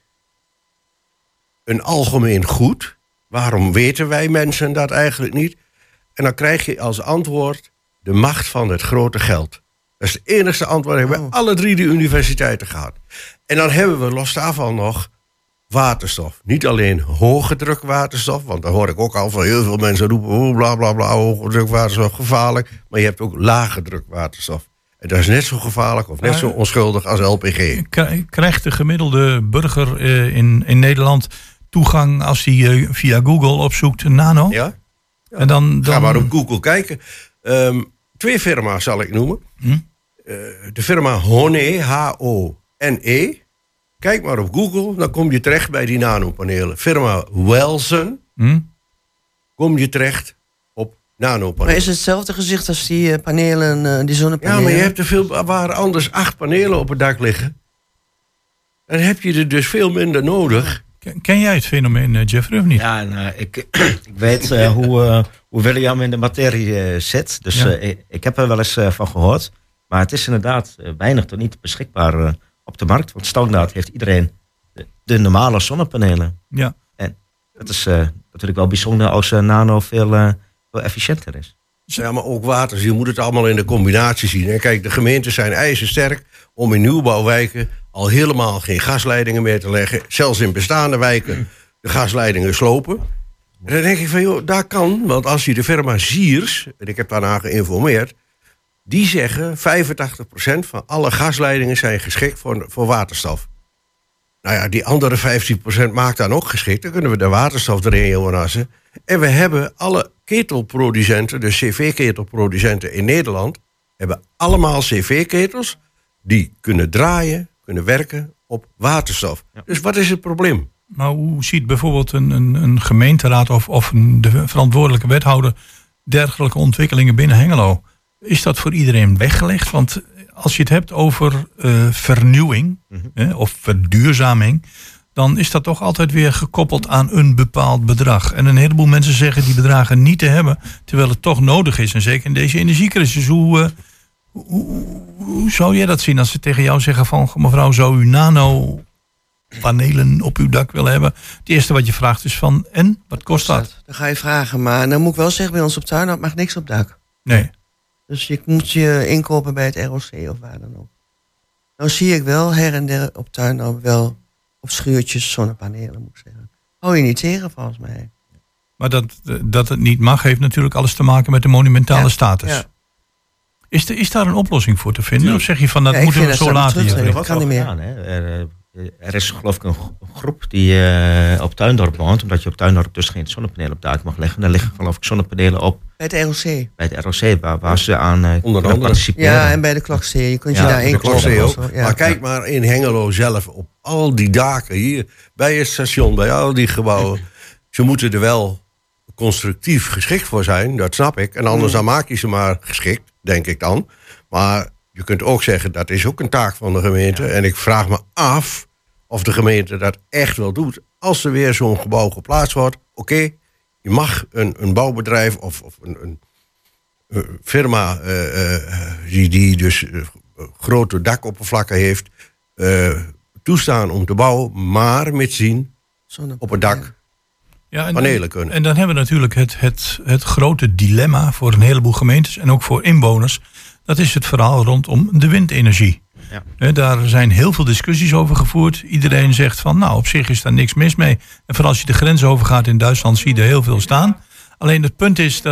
een algemeen goed? Waarom weten wij mensen dat eigenlijk niet? En dan krijg je als antwoord de macht van het grote geld. Dat is het enigste antwoord. We hebben alle 3 de universiteiten gehad. En dan hebben we los daarvan nog... waterstof. Niet alleen hoge druk waterstof, want daar hoor ik ook al van heel veel mensen roepen, oh, bla bla bla, hoge druk waterstof, gevaarlijk. Maar je hebt ook lage druk waterstof. En dat is net zo gevaarlijk of net zo onschuldig als LPG. Krijgt de gemiddelde burger in Nederland toegang als hij via Google opzoekt nano? Ja. En dan... Ga maar op Google kijken. 2 firma's zal ik noemen. De firma Hone, H-O-N-E. Kijk maar op Google, dan kom je terecht bij die nanopanelen. Firma Welsen, kom je terecht op nanopanelen. Maar is het hetzelfde gezicht als die panelen, die zonnepanelen? Ja, maar je hebt waar anders 8 panelen op het dak liggen. Dan heb je er dus veel minder nodig. Ken jij het fenomeen, Jeffrey, of niet? Ja, nou, ik weet hoe William in de materie zit. Dus ik heb er wel eens van gehoord. Maar het is inderdaad weinig tot niet beschikbaar op de markt. Want standaard heeft iedereen de normale zonnepanelen. Ja. En dat is natuurlijk wel bijzonder als nano veel efficiënter is. Ja, maar ook water. Dus je moet het allemaal in de combinatie zien. En kijk, de gemeentes zijn ijzersterk om in nieuwbouwwijken al helemaal geen gasleidingen meer te leggen. Zelfs in bestaande wijken de gasleidingen slopen. En dan denk ik van, joh, daar kan. Want als je de firma Siers, en ik heb daarna geïnformeerd, die zeggen 85% van alle gasleidingen zijn geschikt voor waterstof. Nou ja, die andere 15% maakt dan ook geschikt. Dan kunnen we de waterstof erin jonassen. En we hebben alle ketelproducenten, de cv-ketelproducenten in Nederland, hebben allemaal cv-ketels die kunnen draaien, kunnen werken op waterstof. Ja. Dus wat is het probleem? Nou, hoe ziet bijvoorbeeld een gemeenteraad of de verantwoordelijke wethouder dergelijke ontwikkelingen binnen Hengelo? Is dat voor iedereen weggelegd? Want als je het hebt over vernieuwing of verduurzaming, dan is dat toch altijd weer gekoppeld aan een bepaald bedrag. En een heleboel mensen zeggen die bedragen niet te hebben, terwijl het toch nodig is. En zeker in deze energiecrisis. Hoe zou jij dat zien als ze tegen jou zeggen van, mevrouw, zou u nanopanelen op uw dak willen hebben? Het eerste wat je vraagt is van, en? Wat kost dat? Dan ga je vragen, maar dan moet ik wel zeggen, bij ons op Tuindorp mag niks op dak. Nee. Dus je moet je inkopen bij het ROC of waar dan ook. Nou zie ik wel her en der op Tuindorp wel op schuurtjes zonnepanelen, moet ik zeggen. Hou je niet tegen, volgens mij. Maar dat het niet mag, heeft natuurlijk alles te maken met de monumentale status. Ja. Is daar een oplossing voor te vinden? Of zeg je van, dat moeten we zo laten? Dat kan niet meer. Er is geloof ik een groep die op Tuindorp woont. Omdat je op Tuindorp dus geen zonnepanelen op de dak mag leggen. Daar liggen geloof ik zonnepanelen op. Bij het ROC. Bij het ROC, waar ze aan onder andere participeren. Ja, en bij de Klokzee. Je kunt je daar inkopen. Ja. Maar kijk maar in Hengelo zelf op al die daken hier. Bij het station, bij al die gebouwen. Ze moeten er wel constructief geschikt voor zijn. Dat snap ik. En anders dan maak je ze maar geschikt, denk ik dan. Maar je kunt ook zeggen, dat is ook een taak van de gemeente. Ja. En ik vraag me af of de gemeente dat echt wel doet. Als er weer zo'n gebouw geplaatst wordt, oké, je mag een bouwbedrijf of een firma die dus grote dakoppervlakken heeft, toestaan om te bouwen, maar mitzien op het dak panelen kunnen. En dan hebben we natuurlijk het grote dilemma voor een heleboel gemeentes en ook voor inwoners. Dat is het verhaal rondom de windenergie. Ja. Daar zijn heel veel discussies over gevoerd. Iedereen zegt van, nou, op zich is daar niks mis mee. En vooral als je de grens overgaat in Duitsland, zie je er heel veel staan. Alleen het punt is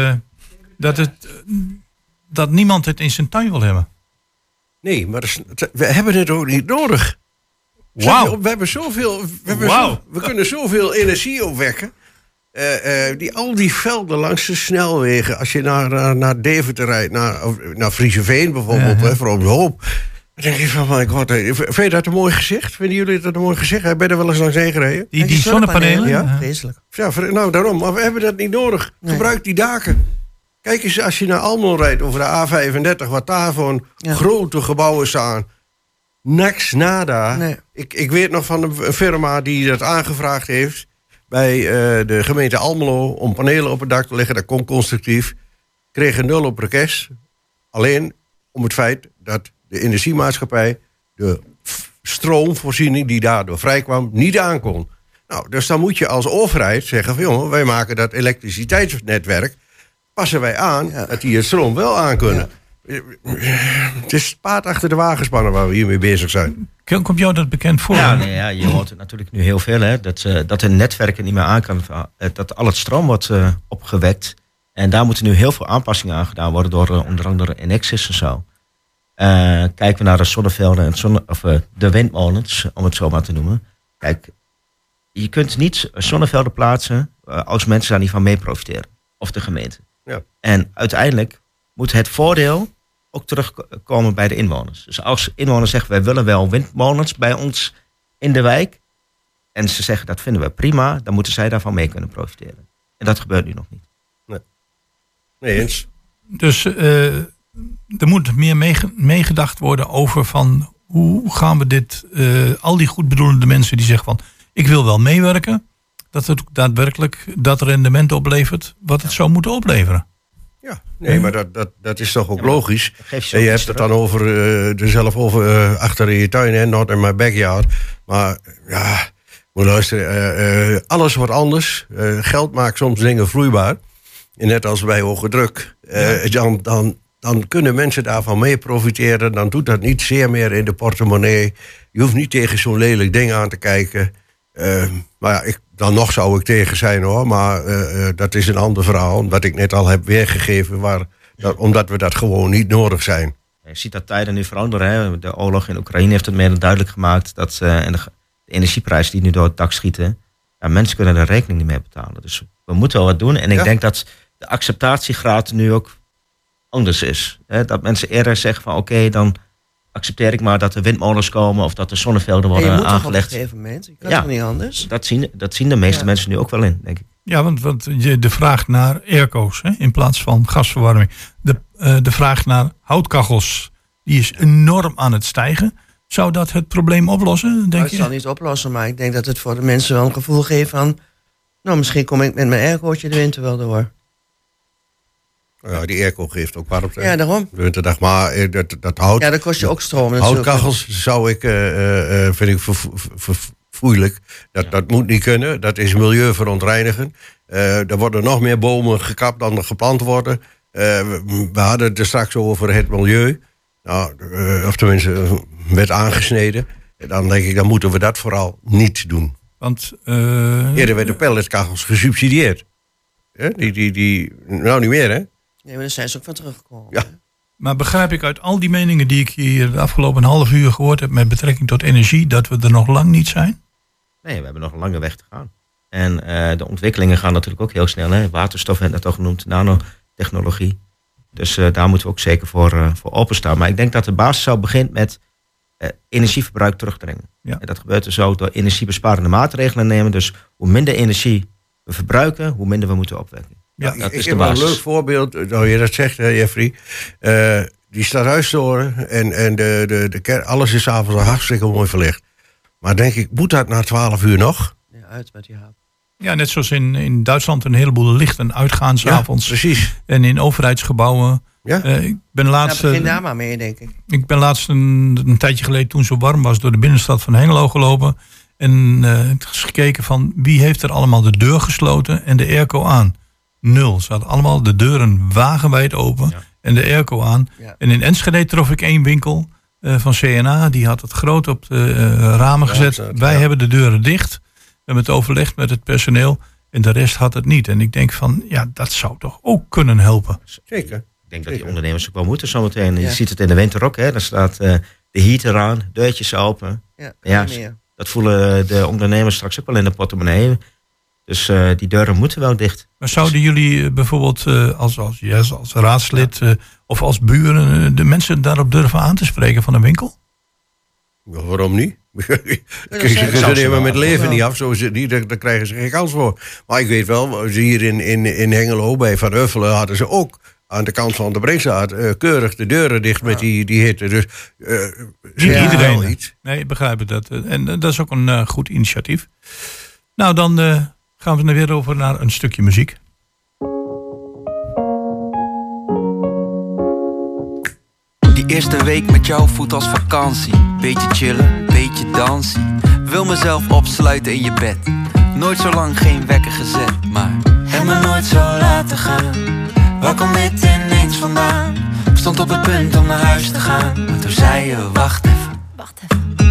dat niemand het in zijn tuin wil hebben. Nee, maar we hebben het ook niet nodig. Wauw. We hebben zoveel. We kunnen zoveel energie opwekken. Al die velden langs de snelwegen. Als je naar Deventer rijdt, naar Frieseveen bijvoorbeeld, voor op de Hoop. Dan denk je van, my god, vind je dat een mooi gezicht? Vinden jullie dat een mooi gezicht? Ben je er wel eens langs heen gereden? Die zonnepanelen? Ja, vreselijk. Ja, nou daarom. Maar we hebben dat niet nodig. Nee. Gebruik die daken. Kijk eens, als je naar Almelo rijdt over de A35, wat daar voor grote gebouwen staan. Niks, nada. Nee. Ik weet nog van een firma die dat aangevraagd heeft bij de gemeente Almelo om panelen op het dak te leggen. Dat kon constructief. Kregen 0 op request. Alleen om het feit dat de energiemaatschappij de stroomvoorziening die daardoor vrijkwam niet aankon. Nou, dus dan moet je als overheid zeggen van, jongen, wij maken dat elektriciteitsnetwerk, passen wij aan dat die het stroom wel aankunnen. Ja. Het is paard achter de wagen spannen waar we hiermee bezig zijn. Komt jou dat bekend voor? Ja, je hoort het natuurlijk nu heel veel. Hè, dat een netwerk het niet meer aan kan. Dat al het stroom wordt opgewekt. En daar moeten nu heel veel aanpassingen aan gedaan worden. Door onder andere Enexis en zo. Kijken we naar de zonnevelden of de windmolens. Om het zo maar te noemen. Kijk, je kunt niet zonnevelden plaatsen als mensen daar niet van mee profiteren. Of de gemeente. Ja. En uiteindelijk moet het voordeel ook terugkomen bij de inwoners. Dus als inwoners zeggen, wij willen wel windmolens bij ons in de wijk. En ze zeggen, dat vinden we prima. Dan moeten zij daarvan mee kunnen profiteren. En dat gebeurt nu nog niet. Nee eens. Dus er moet meer meegedacht worden over van hoe gaan we dit, al die goedbedoelende mensen die zeggen van ik wil wel meewerken, dat het daadwerkelijk dat rendement oplevert wat het zou moeten opleveren. Ja, nee, maar dat is toch ook logisch. En je hebt het dan over er zelf over achter in je tuin, hè, not in my backyard. Maar ja, moet luisteren, alles wordt anders. Geld maakt soms dingen vloeibaar. En net als bij hoge druk. Dan kunnen mensen daarvan mee profiteren. Dan doet dat niet zeer meer in de portemonnee. Je hoeft niet tegen zo'n lelijk ding aan te kijken. Maar ja, dan nog zou ik tegen zijn hoor. Maar dat is een ander verhaal. Omdat ik net al heb weergegeven. Omdat we dat gewoon niet nodig zijn. Je ziet dat tijden nu veranderen. Hè. De oorlog in Oekraïne heeft het meer duidelijk gemaakt. Dat en de energieprijzen die nu door het dak schieten. Ja, mensen kunnen de rekening niet meer betalen. Dus we moeten wel wat doen. En ik denk dat de acceptatiegraad nu ook anders is. Hè. Dat mensen eerder zeggen van oké, dan accepteer ik maar dat er windmolens komen of dat er zonnevelden worden aangelegd. Je moet toch op een gegeven moment. Je kan toch niet anders? Dat zien de meeste mensen nu ook wel in, denk ik. Ja, want de vraag naar airco's in plaats van gasverwarming. De vraag naar houtkachels, die is enorm aan het stijgen. Zou dat het probleem oplossen, denk je? Het zal niet oplossen, maar ik denk dat het voor de mensen wel een gevoel geeft van nou, misschien kom ik met mijn aircootje de winter wel door. Ja, die airco geeft ook warmte. Ja, daarom. De winterdag, maar dat hout... Ja, dat kost je ook stroom. Houtkachels zou ik, vind ik verfoeilijk. Dat moet niet kunnen. Dat is milieuverontreinigend. Er worden nog meer bomen gekapt dan er geplant worden. We hadden het er straks over het milieu. Nou, of tenminste, werd aangesneden. Dan denk ik, dan moeten we dat vooral niet doen. Want eerder werden pelletkachels gesubsidieerd. Nou, niet meer, hè? Nee, maar daar zijn ze ook van teruggekomen. Ja. Maar begrijp ik uit al die meningen die ik hier de afgelopen half uur gehoord heb met betrekking tot energie, dat we er nog lang niet zijn? Nee, we hebben nog een lange weg te gaan. En de ontwikkelingen gaan natuurlijk ook heel snel. Hè? Waterstof werd net al genoemd, nanotechnologie. Dus daar moeten we ook zeker voor openstaan. Maar ik denk dat de basis zou beginnen met energieverbruik terugdringen. Ja. En dat gebeurt dus ook door energiebesparende maatregelen nemen. Dus hoe minder energie we verbruiken, hoe minder we moeten opwekken. Ja, dat is ik de heb basis. een leuk voorbeeld, nou je dat zegt, Jeffrey. Die Stadhuistoren en alles is avonds hartstikke mooi verlicht. Maar denk ik, moet dat na 12 uur nog? Ja, uit met die haap. Ja, net zoals in Duitsland een heleboel lichten uitgaan 's avonds. Precies. En in overheidsgebouwen. Ja? Ik ben laatst, begin daar maar mee, denk ik. Ik ben laatst een tijdje geleden, toen het zo warm was, door de binnenstad van Hengelo gelopen. En gekeken van wie heeft er allemaal de deur gesloten en de airco aan. 0. Ze hadden allemaal de deuren wagenwijd open en de airco aan. Ja. En in Enschede trof ik één winkel van CNA. Die had het groot op de ramen gezet. Wij hebben de deuren dicht. We hebben het overlegd met het personeel. En de rest had het niet. En ik denk van, ja, dat zou toch ook kunnen helpen. Zeker. Ik denk dat die ondernemers ook wel moeten zometeen. Ja. Je ziet het in de winter ook. Hè. Dan staat de heater aan, deurtjes open. Ja, dat voelen de ondernemers straks ook wel in de portemonnee. Dus die deuren moeten wel dicht. Maar zouden jullie bijvoorbeeld als raadslid of als buren de mensen daarop durven aan te spreken van een winkel? Ja, waarom niet? Ze nemen met leven niet af, daar krijgen ze geen kans voor. Maar ik weet wel, hier in Hengelo bij Van Uffelen hadden ze ook aan de kant van de Brinkstraat keurig de deuren dicht met die hitte. Dus iedereen iets. Nee, ik begrijp het. En dat is ook een goed initiatief. Nou, dan gaan we weer over naar een stukje muziek. Die eerste week met jou voelt als vakantie. Beetje chillen, beetje dansen. Wil mezelf opsluiten in je bed. Nooit zo lang geen wekker gezet, maar heb me nooit zo laten gaan. Waar komt dit ineens vandaan? Ik stond op het punt om naar huis te gaan, maar toen zei je wacht even.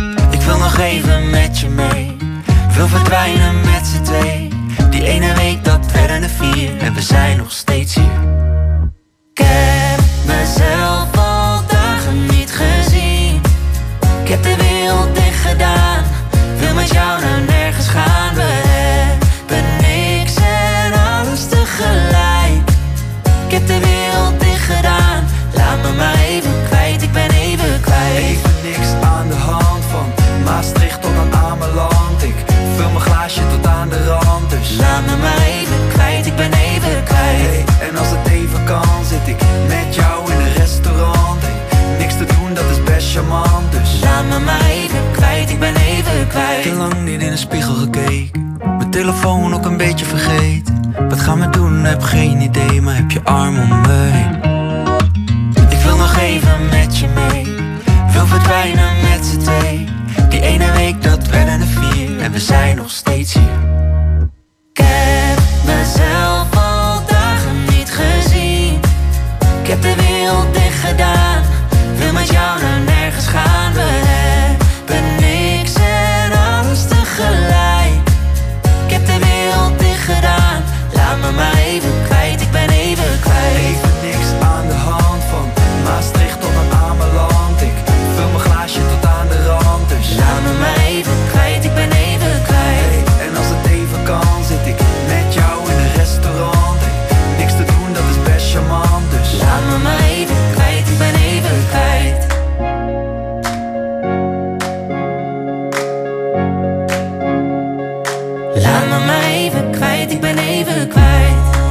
wil nog even met je mee. Wil verdwijnen met z'n twee. Die ene week dat werden er 4 en we zijn nog steeds hier. Ik heb mezelf al dagen niet gezien. Ik heb de wereld dicht gedaan. Wil met jou naar nergens gaan. We hebben niks en alles tegelijk. Ik heb de wereld dicht gedaan. Laat me maar even kwijt, ik ben even kwijt. Even niks aan de hand van Maastricht tot aan Ameland. Ik vul mijn glaasje tot aan de rand. Dus laat me maar even kwijt, ik ben even kwijt. Hey, en als het even kan zit ik met jou in een restaurant. Hey, niks te doen, dat is best charmant. Dus laat me maar even kwijt, ik ben even kwijt. Te lang niet in de spiegel gekeken. Mijn telefoon ook een beetje vergeten. Wat gaan we doen, heb geen idee. Maar heb je arm om me heen. Ik wil nog even met je mee. Wil verdwijnen met z'n twee. Die ene week dat werden er 4 en we zijn nog steeds hier. Ik heb mezelf al dagen niet gezien. Ik heb de wereld dicht gedaan. Wil met jou naar nergens gaan. We hebben niks en alles tegelijk. Ik heb de wereld dicht gedaan. Laat me maar even kwijt, ik ben even kwijt. Even niks aan de hand van Maastricht tot aan Ameland. Ik vul mijn glaasje tot aan de rand. Dus laat me maar even kwijt, ik ben even kwijt. Hey, en als het even kan zit ik met jou in een restaurant. Hey, niks te doen, dat is best charmant. Dus laat me maar even kwijt, ik ben even kwijt. Laat me maar even kwijt, ik ben even kwijt.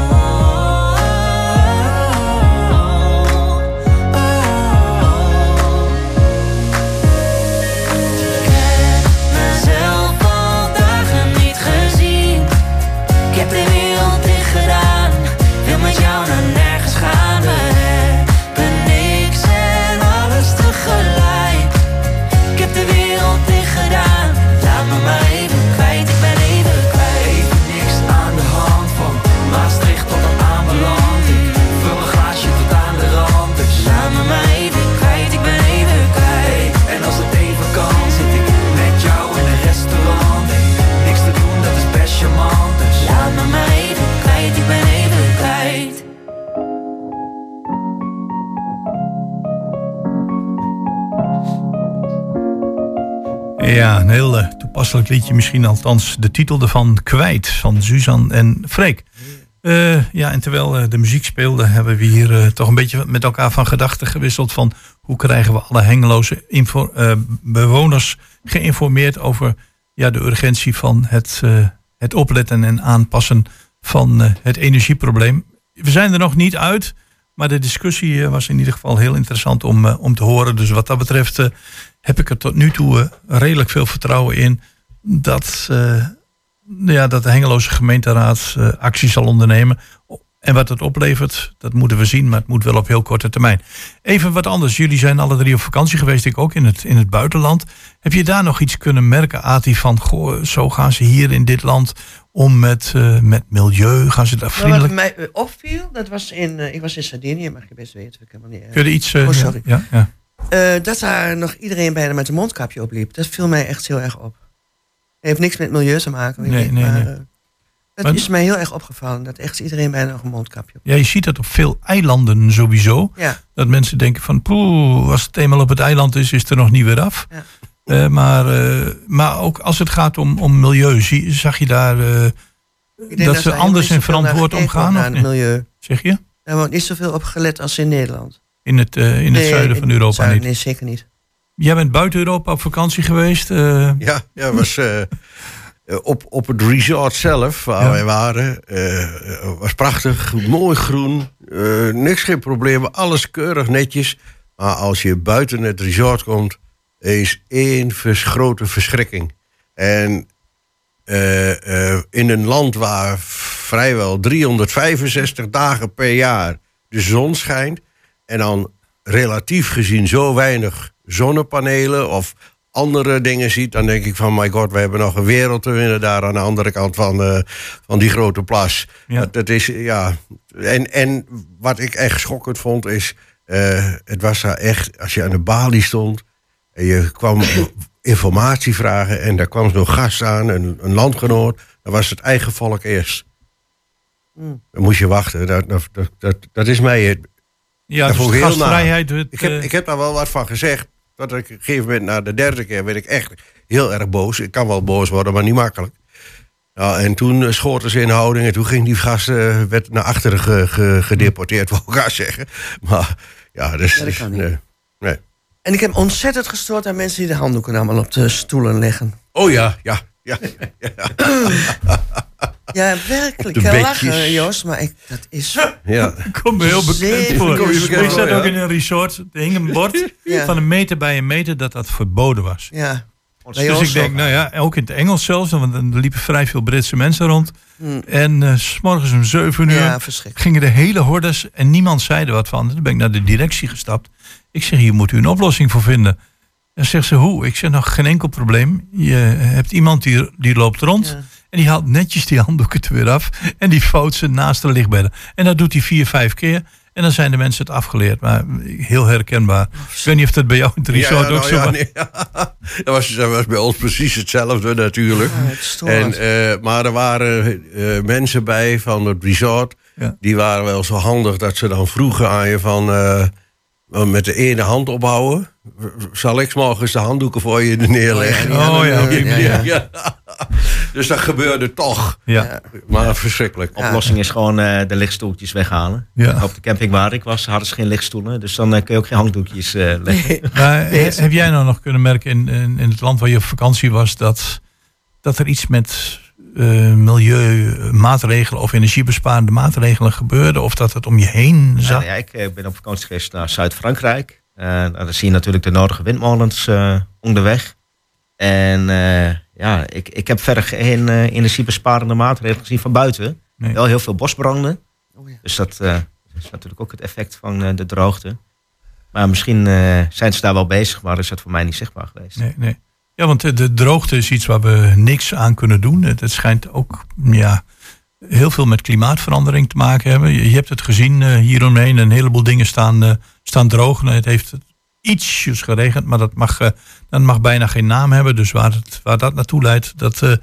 Ja, een heel toepasselijk liedje misschien, althans de titel ervan, Kwijt, van Suzanne en Freek. Ja, en terwijl de muziek speelde, hebben we hier toch een beetje met elkaar van gedachten gewisseld van hoe krijgen we alle Hengeloze bewoners geïnformeerd over de urgentie van het opletten en aanpassen van het energieprobleem. We zijn er nog niet uit, maar de discussie was in ieder geval heel interessant om te horen. Dus wat dat betreft heb ik er tot nu toe redelijk veel vertrouwen in dat de Hengeloze gemeenteraad actie zal ondernemen. En wat het oplevert, dat moeten we zien, maar het moet wel op heel korte termijn. Even wat anders. Jullie zijn alle 3 op vakantie geweest, ik ook in het buitenland. Heb je daar nog iets kunnen merken, Ati, van zo gaan ze hier in dit land om met milieu? Gaan ze daar vriendelijk? Wat mij opviel, dat was ik was in Sardinië, mag je best weten. Ik helemaal niet. Kun je iets? Sorry. Ja. Dat daar nog iedereen bijna met een mondkapje op liep. Dat viel mij echt heel erg op. Het heeft niks met milieu te maken. Nee. Dat is mij heel erg opgevallen. Dat echt iedereen bijna nog een mondkapje op. Ja, je ziet dat op veel eilanden sowieso. Ja. Dat mensen denken van, als het eenmaal op het eiland is het er nog niet weer af. Ja. Maar ook als het gaat om milieu, zag je daar dat ze anders en verantwoord omgaan? Naar het milieu. Zeg je? Daar wordt niet zoveel op gelet als in Nederland. In het zuiden van Europa niet? Nee, zeker niet. Jij bent buiten Europa op vakantie geweest? Ja, was op het resort zelf, waar wij waren. Was prachtig, mooi groen. Niks, geen problemen, alles keurig netjes. Maar als je buiten het resort komt, is één grote verschrikking. En in een land waar vrijwel 365 dagen per jaar de zon schijnt, en dan relatief gezien zo weinig zonnepanelen of andere dingen ziet, dan denk ik van, my god, we hebben nog een wereld te winnen daar aan de andere kant van die grote plas. Ja. Dat is, ja. En wat ik echt schokkend vond is, het was daar echt, als je aan de balie stond en je kwam informatie vragen. En daar kwam zo'n gast aan, een landgenoot. Dan was het eigen volk eerst. Dan moest je wachten. Dat is mij... Ja, dus de gastvrijheid... Ik heb daar wel wat van gezegd. Dat ik op een gegeven moment, na de derde keer, werd ik echt heel erg boos. Ik kan wel boos worden, maar niet makkelijk. Nou, en toen schoten ze in houding. En toen ging die gast werd naar achteren gedeporteerd, wou ik zeggen. Maar ja, dus... Ja, dat kan niet. Nee. En ik heb ontzettend gestoord aan mensen die de handdoeken allemaal op de stoelen leggen. Oh ja. Ja, werkelijk. Op de Ik bedjes. lachen, Jos, maar dat is... Ja. Komt me heel bekend voor. Ik zat ook in een resort. Er hing een bord van 1 meter bij 1 meter dat verboden was. Ja. Dus ik denk, nou ja, ook in het Engels zelfs, want er liepen vrij veel Britse mensen rond. En 's morgens om 7 uur gingen de hele hordes en niemand zei er wat van. Toen ben ik naar de directie gestapt. Ik zeg, hier moet u een oplossing voor vinden. En zegt ze, hoe? Ik zeg, nou, geen enkel probleem. Je hebt iemand die loopt rond en die haalt netjes die handdoeken er weer af en die vouwt ze naast de lichtbedden. En dat doet hij 4, 5 keer. En dan zijn de mensen het afgeleerd. Maar heel herkenbaar. Ik weet niet of dat bij jou in het resort ook zo was. Nee. Dat was bij ons precies hetzelfde natuurlijk. Maar er waren mensen bij van het resort. Ja. Die waren wel zo handig dat ze dan vroegen aan je van... met de ene hand ophouden. Zal ik 's morgens de handdoeken voor je neerleggen? Ja. Dus dat gebeurde toch. Ja. Maar verschrikkelijk. De oplossing is gewoon de lichtstoeltjes weghalen. Ja. Op de camping waar ik was hadden ze geen lichtstoelen. Dus dan kun je ook geen handdoekjes leggen. Maar heb jij nou nog kunnen merken in het land waar je op vakantie was... dat er iets met milieumaatregelen of energiebesparende maatregelen gebeurde? Of dat het om je heen zat? Ja, ik ben op vakantie geweest naar Zuid-Frankrijk. Daar zie je natuurlijk de nodige windmolens onderweg. En ik heb verder geen energiebesparende maatregelen gezien van buiten. Nee. Wel heel veel bosbranden. Oh ja. Dus dat is natuurlijk ook het effect van de droogte. Maar misschien zijn ze daar wel bezig, maar is dat voor mij niet zichtbaar geweest. Nee. Ja, want de droogte is iets waar we niks aan kunnen doen. Het schijnt ook heel veel met klimaatverandering te maken hebben. Je hebt het gezien hieromheen. Een heleboel dingen staan droog. Het heeft ietsjes geregend, maar dat mag bijna geen naam hebben. Dus waar dat naartoe leidt,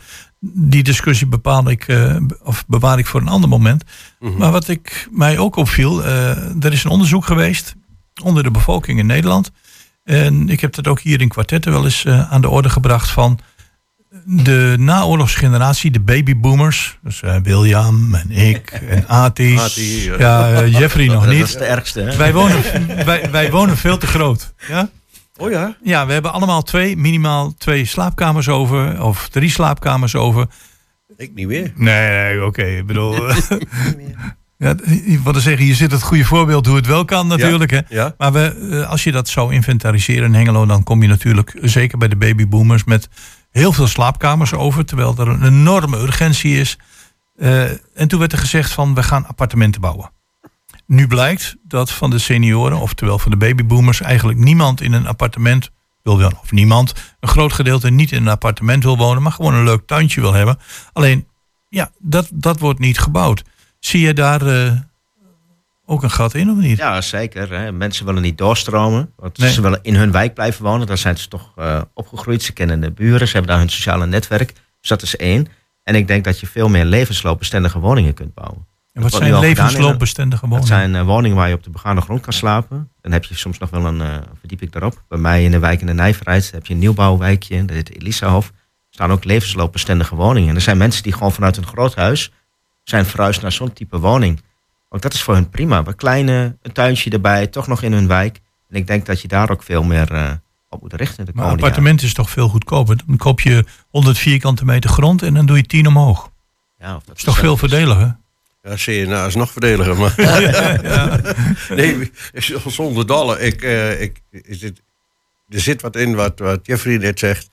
die discussie bewaar ik voor een ander moment. Mm-hmm. Maar wat mij ook opviel, er is een onderzoek geweest onder de bevolking in Nederland. En ik heb dat ook hier in kwartetten wel eens aan de orde gebracht van de naoorlogsgeneratie, de babyboomers. Dus William en ik en Atis. Jeffrey nog niet. Dat is de ergste. Hè? Wij wonen veel te groot. Ja? Oh ja? Ja, we hebben allemaal minimaal 2 slaapkamers over. Of 3 slaapkamers over. Ik niet meer. Nee, oké. Ik bedoel... Ja, ik wilde zeggen, hier zit het goede voorbeeld hoe het wel kan natuurlijk. Ja, hè? ja. Maar als je dat zou inventariseren in Hengelo, dan kom je natuurlijk zeker bij de babyboomers met heel veel slaapkamers over. Terwijl er een enorme urgentie is. En toen werd er gezegd van, we gaan appartementen bouwen. Nu blijkt dat van de senioren, oftewel van de babyboomers, eigenlijk niemand in een appartement wil wonen. Of niemand, een groot gedeelte niet in een appartement wil wonen, maar gewoon een leuk tuintje wil hebben. Alleen, ja, dat wordt niet gebouwd. Zie je daar ook een gat in of niet? Ja, zeker. Hè. Mensen willen niet doorstromen. Want ze willen in hun wijk blijven wonen. Daar zijn ze toch opgegroeid. Ze kennen de buren. Ze hebben daar hun sociale netwerk. Dus dat is 1. En ik denk dat je veel meer levensloopbestendige woningen kunt bouwen. En wat zijn levensloopbestendige woningen? Dat zijn woningen waar je op de begane grond kan slapen. Dan heb je soms nog wel een verdieping daarop. Bij mij in de wijk in de Nijverheid heb je een nieuwbouwwijkje. Dat heet Elisahof. Er staan ook levensloopbestendige woningen. En er zijn mensen die gewoon vanuit een groot huis zijn verhuisd naar zo'n type woning. Ook dat is voor hen prima. Een tuintje erbij, toch nog in hun wijk. En ik denk dat je daar ook veel meer op moet richten. Maar een appartement is toch veel goedkoper? Dan koop je 100 vierkante meter grond en dan doe je 10 omhoog. Ja, dat is toch veel voordeliger? Ja, CNA is nog voordeliger. Maar nee, zonder dolle. Er zit wat in wat Jeffrey net zegt.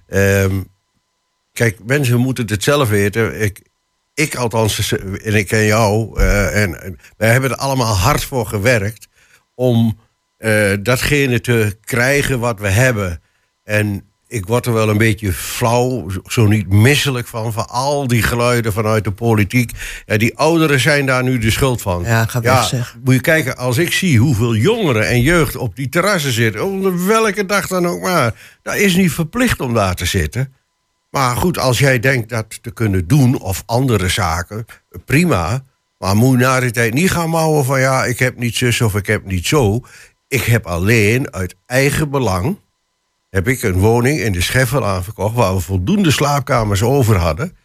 Kijk, mensen moeten het zelf weten. Ik althans, en ik ken jou, en wij hebben er allemaal hard voor gewerkt om datgene te krijgen wat we hebben. En ik word er wel een beetje flauw, zo niet misselijk van al die geluiden vanuit de politiek. Ja, die ouderen zijn daar nu de schuld van. Ja, ga weg zeg. Moet je kijken, als ik zie hoeveel jongeren en jeugd op die terrassen zitten, onder welke dag dan ook maar, dat is niet verplicht om daar te zitten. Maar goed, als jij denkt dat te kunnen doen, of andere zaken, prima. Maar moet je na die tijd niet gaan mouwen van ja, ik heb niet zus of ik heb niet zo. Ik heb alleen uit eigen belang, heb ik een woning in de Scheffelaan verkocht, waar we voldoende slaapkamers over hadden.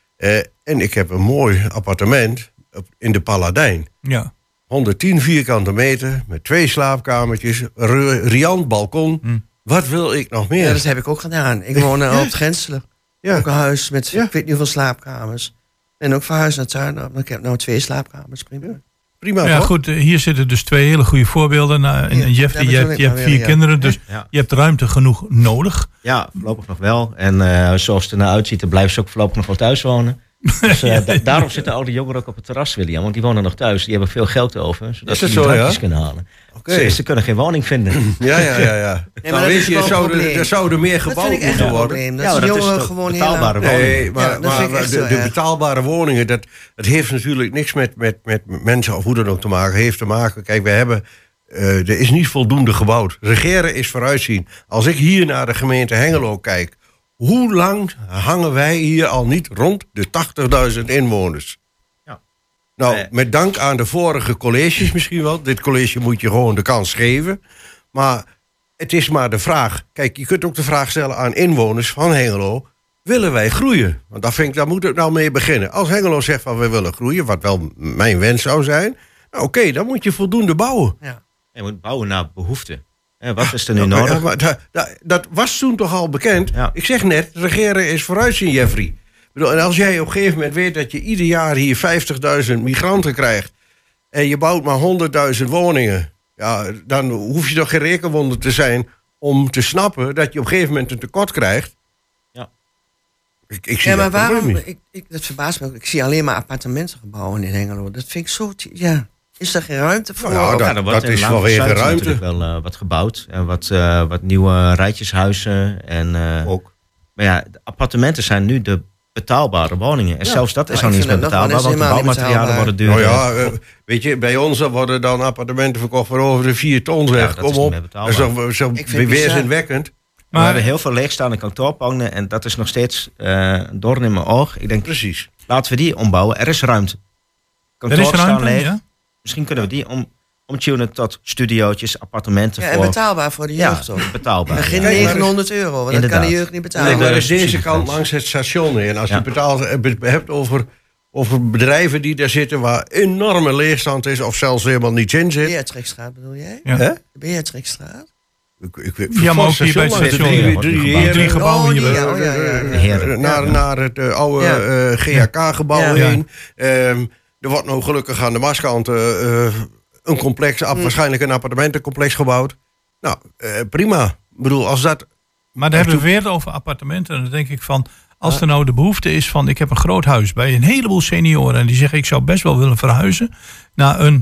En ik heb een mooi appartement in de Paladijn. Ja. 110 vierkante meter, met 2 slaapkamertjes, riant balkon. Wat wil ik nog meer? Ja, dat heb ik ook gedaan. Ik woon op het Grenselen. Ja. Ook een huis met ik weet niet hoeveel slaapkamers. En ook verhuisd naar Tuindorp. Ik heb nou 2 slaapkamers, prima. Ja, toch? goed, hier zitten dus 2 hele goede voorbeelden. En Jeff, je hebt 4 kinderen, dus je hebt ruimte genoeg nodig. Ja, voorlopig nog wel. En zoals het er nou uitziet, dan blijven ze ook voorlopig nog wel thuis wonen. Dus daarom zitten al die jongeren ook op het terras, William. Want die wonen nog thuis. Die hebben veel geld over, zodat ze die drankjes kunnen halen. Okay. Ze kunnen geen woning vinden. Ja. Nee, maar weet je, er zouden meer gebouwd moeten worden. Dat is gewoon betaalbare woningen. Nee, maar de betaalbare woningen, dat heeft natuurlijk niks met mensen of hoe dan ook te maken. Heeft te maken, kijk, er is niet voldoende gebouwd. Regeren is vooruitzien. Als ik hier naar de gemeente Hengelo kijk, hoe lang hangen wij hier al niet rond de 80.000 inwoners? Ja. Nou, met dank aan de vorige colleges misschien wel. Dit college moet je gewoon de kans geven. Maar het is maar de vraag. Kijk, je kunt ook de vraag stellen aan inwoners van Hengelo. Willen wij groeien? Want daar moet het nou mee beginnen. Als Hengelo zegt van we willen groeien, wat wel mijn wens zou zijn. Nou oké, dan moet je voldoende bouwen. Ja. Je moet bouwen naar behoefte. Wat is er nu nodig? Ja, maar dat was toen toch al bekend? Ja. Ik zeg net, regeren is vooruitzien, Jeffrey. En als jij op een gegeven moment weet dat je ieder jaar hier 50.000 migranten krijgt en je bouwt maar 100.000 woningen, ja, dan hoef je toch geen rekenwonder te zijn om te snappen dat je op een gegeven moment een tekort krijgt. Ja. Ik zie maar waarom? Dat verbaast me ook. Ik zie alleen maar appartementengebouwen in Hengelo. Dat vind ik zo... Ja. Is er geen ruimte voor? Nou, dat is wel weer ruimte. Er wel wat gebouwd. En wat nieuwe rijtjeshuizen. Ook. Maar ja, de appartementen zijn nu de betaalbare woningen. En zelfs dat is nog niet meer betaalbaar. Want de bouwmaterialen worden duurder. Nou ja, weet je, bij ons worden dan appartementen verkocht voor over de 4 ton. Zeg. Kom op. Dat is zo weerzinwekkend. We hebben heel veel leegstaande kantoorpanden. En dat is nog steeds een doorn in mijn oog. Ik denk, precies. Laten we die ombouwen. Er is ruimte. Kantoren staan leeg. Ja? Misschien kunnen we die omtunen tot studiootjes, appartementen. Ja, en betaalbaar voor de jeugd. Ja, betaalbaar. Begin €900, want dat kan de jeugd niet betalen. Nee, dat is deze kant langs het station. En als je hebt over bedrijven die daar zitten waar enorme leegstand is of zelfs helemaal niets in zit. Beatrixstraat bedoel jij? Ja. De Beatrixstraat? Ja, maar ook hier bij het station. 3 gebouwen hier. Naar het oude GHK-gebouw heen. Er wordt nou gelukkig aan de Maaskant een complex, waarschijnlijk een appartementencomplex gebouwd. Nou, prima. Ik bedoel, als dat... Maar daar hebben we weer over appartementen. En dan denk ik van, als er nou de behoefte is van, ik heb een groot huis bij een heleboel senioren. En die zeggen, ik zou best wel willen verhuizen naar een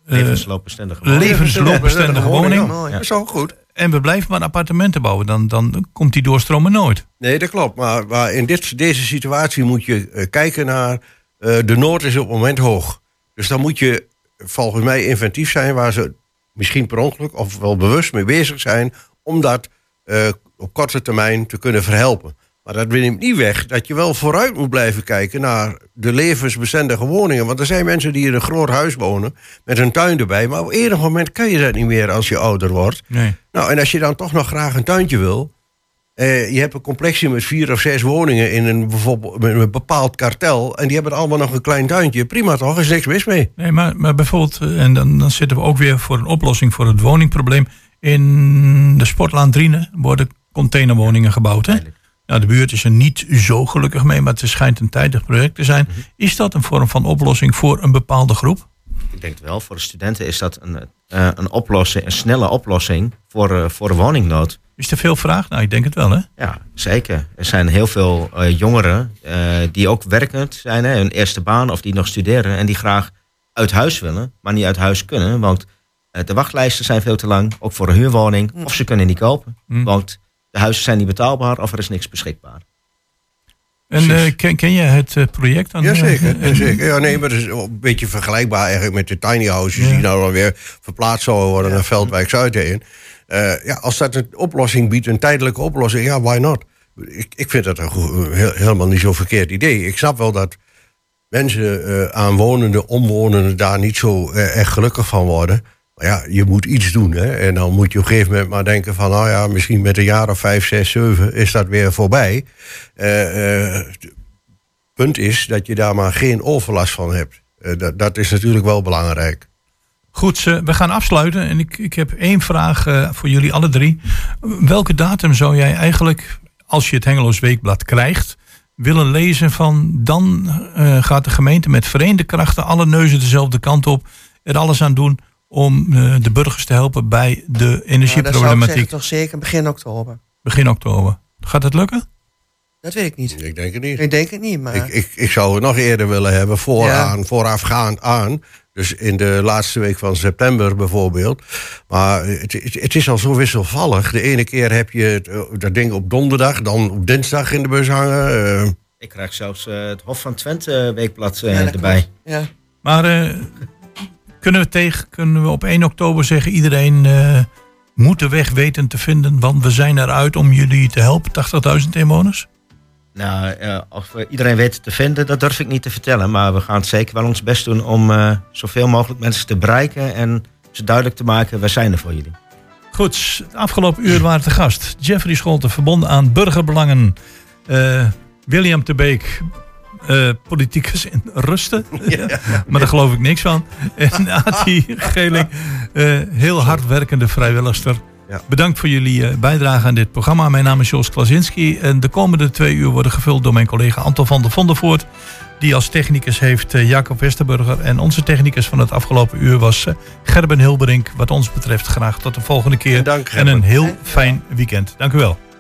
levensloopbestendige woning. Dat is ook goed. En we blijven maar appartementen bouwen. Dan komt die doorstromen nooit. Nee, dat klopt. Maar in deze situatie moet je kijken naar... de nood is op het moment hoog. Dus dan moet je volgens mij inventief zijn... waar ze misschien per ongeluk of wel bewust mee bezig zijn... om dat op korte termijn te kunnen verhelpen. Maar dat neemt niet weg dat je wel vooruit moet blijven kijken... naar de levensbestendige woningen. Want er zijn mensen die in een groot huis wonen... met een tuin erbij. Maar op enig moment kan je dat niet meer als je ouder wordt. Nee. Nou, en als je dan toch nog graag een tuintje wil... je hebt een complexje met 4 of 6 woningen in bijvoorbeeld een bepaald kartel... en die hebben allemaal nog een klein tuintje. Prima toch, er is niks mis mee. Nee, maar bijvoorbeeld, en dan zitten we ook weer voor een oplossing voor het woningprobleem. In de Sportlaan Driene worden containerwoningen gebouwd. Hè? Nou, de buurt is er niet zo gelukkig mee, maar het schijnt een tijdig project te zijn. Is dat een vorm van oplossing voor een bepaalde groep? Ik denk het wel. Voor de studenten is dat een oplossing, een snelle oplossing voor de woningnood. Is er veel vraag? Nou, ik denk het wel, hè? Ja, zeker. Er zijn heel veel jongeren die ook werkend zijn, hun eerste baan of die nog studeren en die graag uit huis willen, maar niet uit huis kunnen, want de wachtlijsten zijn veel te lang, ook voor een huurwoning, of ze kunnen niet kopen. Want de huizen zijn niet betaalbaar of er is niks beschikbaar. En ken je het project? Jazeker. Ja, nee, maar het is een beetje vergelijkbaar eigenlijk met de tiny houses... die nou dan weer verplaatst zouden worden naar Veldwijk Zuid heen. Als dat een oplossing biedt, een tijdelijke oplossing, ja, why not? Ik vind dat helemaal niet zo'n verkeerd idee. Ik snap wel dat mensen, aanwonenden, omwonenden... daar niet zo echt gelukkig van worden. Maar ja, je moet iets doen. Hè? En dan moet je op een gegeven moment maar denken van... nou ja, misschien met een jaar of 5, 6, 7 is dat weer voorbij. Punt is dat je daar maar geen overlast van hebt. Dat is natuurlijk wel belangrijk. Goed, we gaan afsluiten. En ik heb 1 vraag voor jullie alle 3. Welke datum zou jij eigenlijk, als je het Hengeloos Weekblad krijgt... willen lezen van... dan gaat de gemeente met vereende krachten... alle neuzen dezelfde kant op... er alles aan doen om de burgers te helpen bij de energieproblematiek. Dat zou ik toch zeker begin oktober. Begin oktober. Gaat het lukken? Dat weet ik niet. Ik denk het niet. Ik denk het niet, maar... Ik zou het nog eerder willen hebben, voorafgaand aan. Dus in de laatste week van september bijvoorbeeld. Maar het is al zo wisselvallig. De ene keer heb je dat ding op donderdag, dan op dinsdag in de bus hangen. Ik krijg zelfs het Hof van Twente weekblad erbij. Ja. Maar kunnen we op 1 oktober zeggen... iedereen moet de weg weten te vinden... want we zijn eruit om jullie te helpen, 80.000 inwoners? Nou, of we iedereen weet te vinden, dat durf ik niet te vertellen. Maar we gaan zeker wel ons best doen om zoveel mogelijk mensen te bereiken... en ze duidelijk te maken, wij zijn er voor jullie. Goed, het afgelopen uur waren te gast Jeffrey Scholten, verbonden aan Burgerbelangen. William de Beek, politicus in Rusten. Maar daar geloof ik niks van. En Ati Geling, heel hard werkende vrijwilligster. Ja. Bedankt voor jullie bijdrage aan dit programma. Mijn naam is Jos Klasinski. En de komende 2 uur worden gevuld door mijn collega Anton van der Vondervoort. Die als technicus heeft Jacob Westerburger. En onze technicus van het afgelopen uur was Gerben Hilberink. Wat ons betreft graag tot de volgende keer. Dank, en een heel fijn weekend. Dank u wel.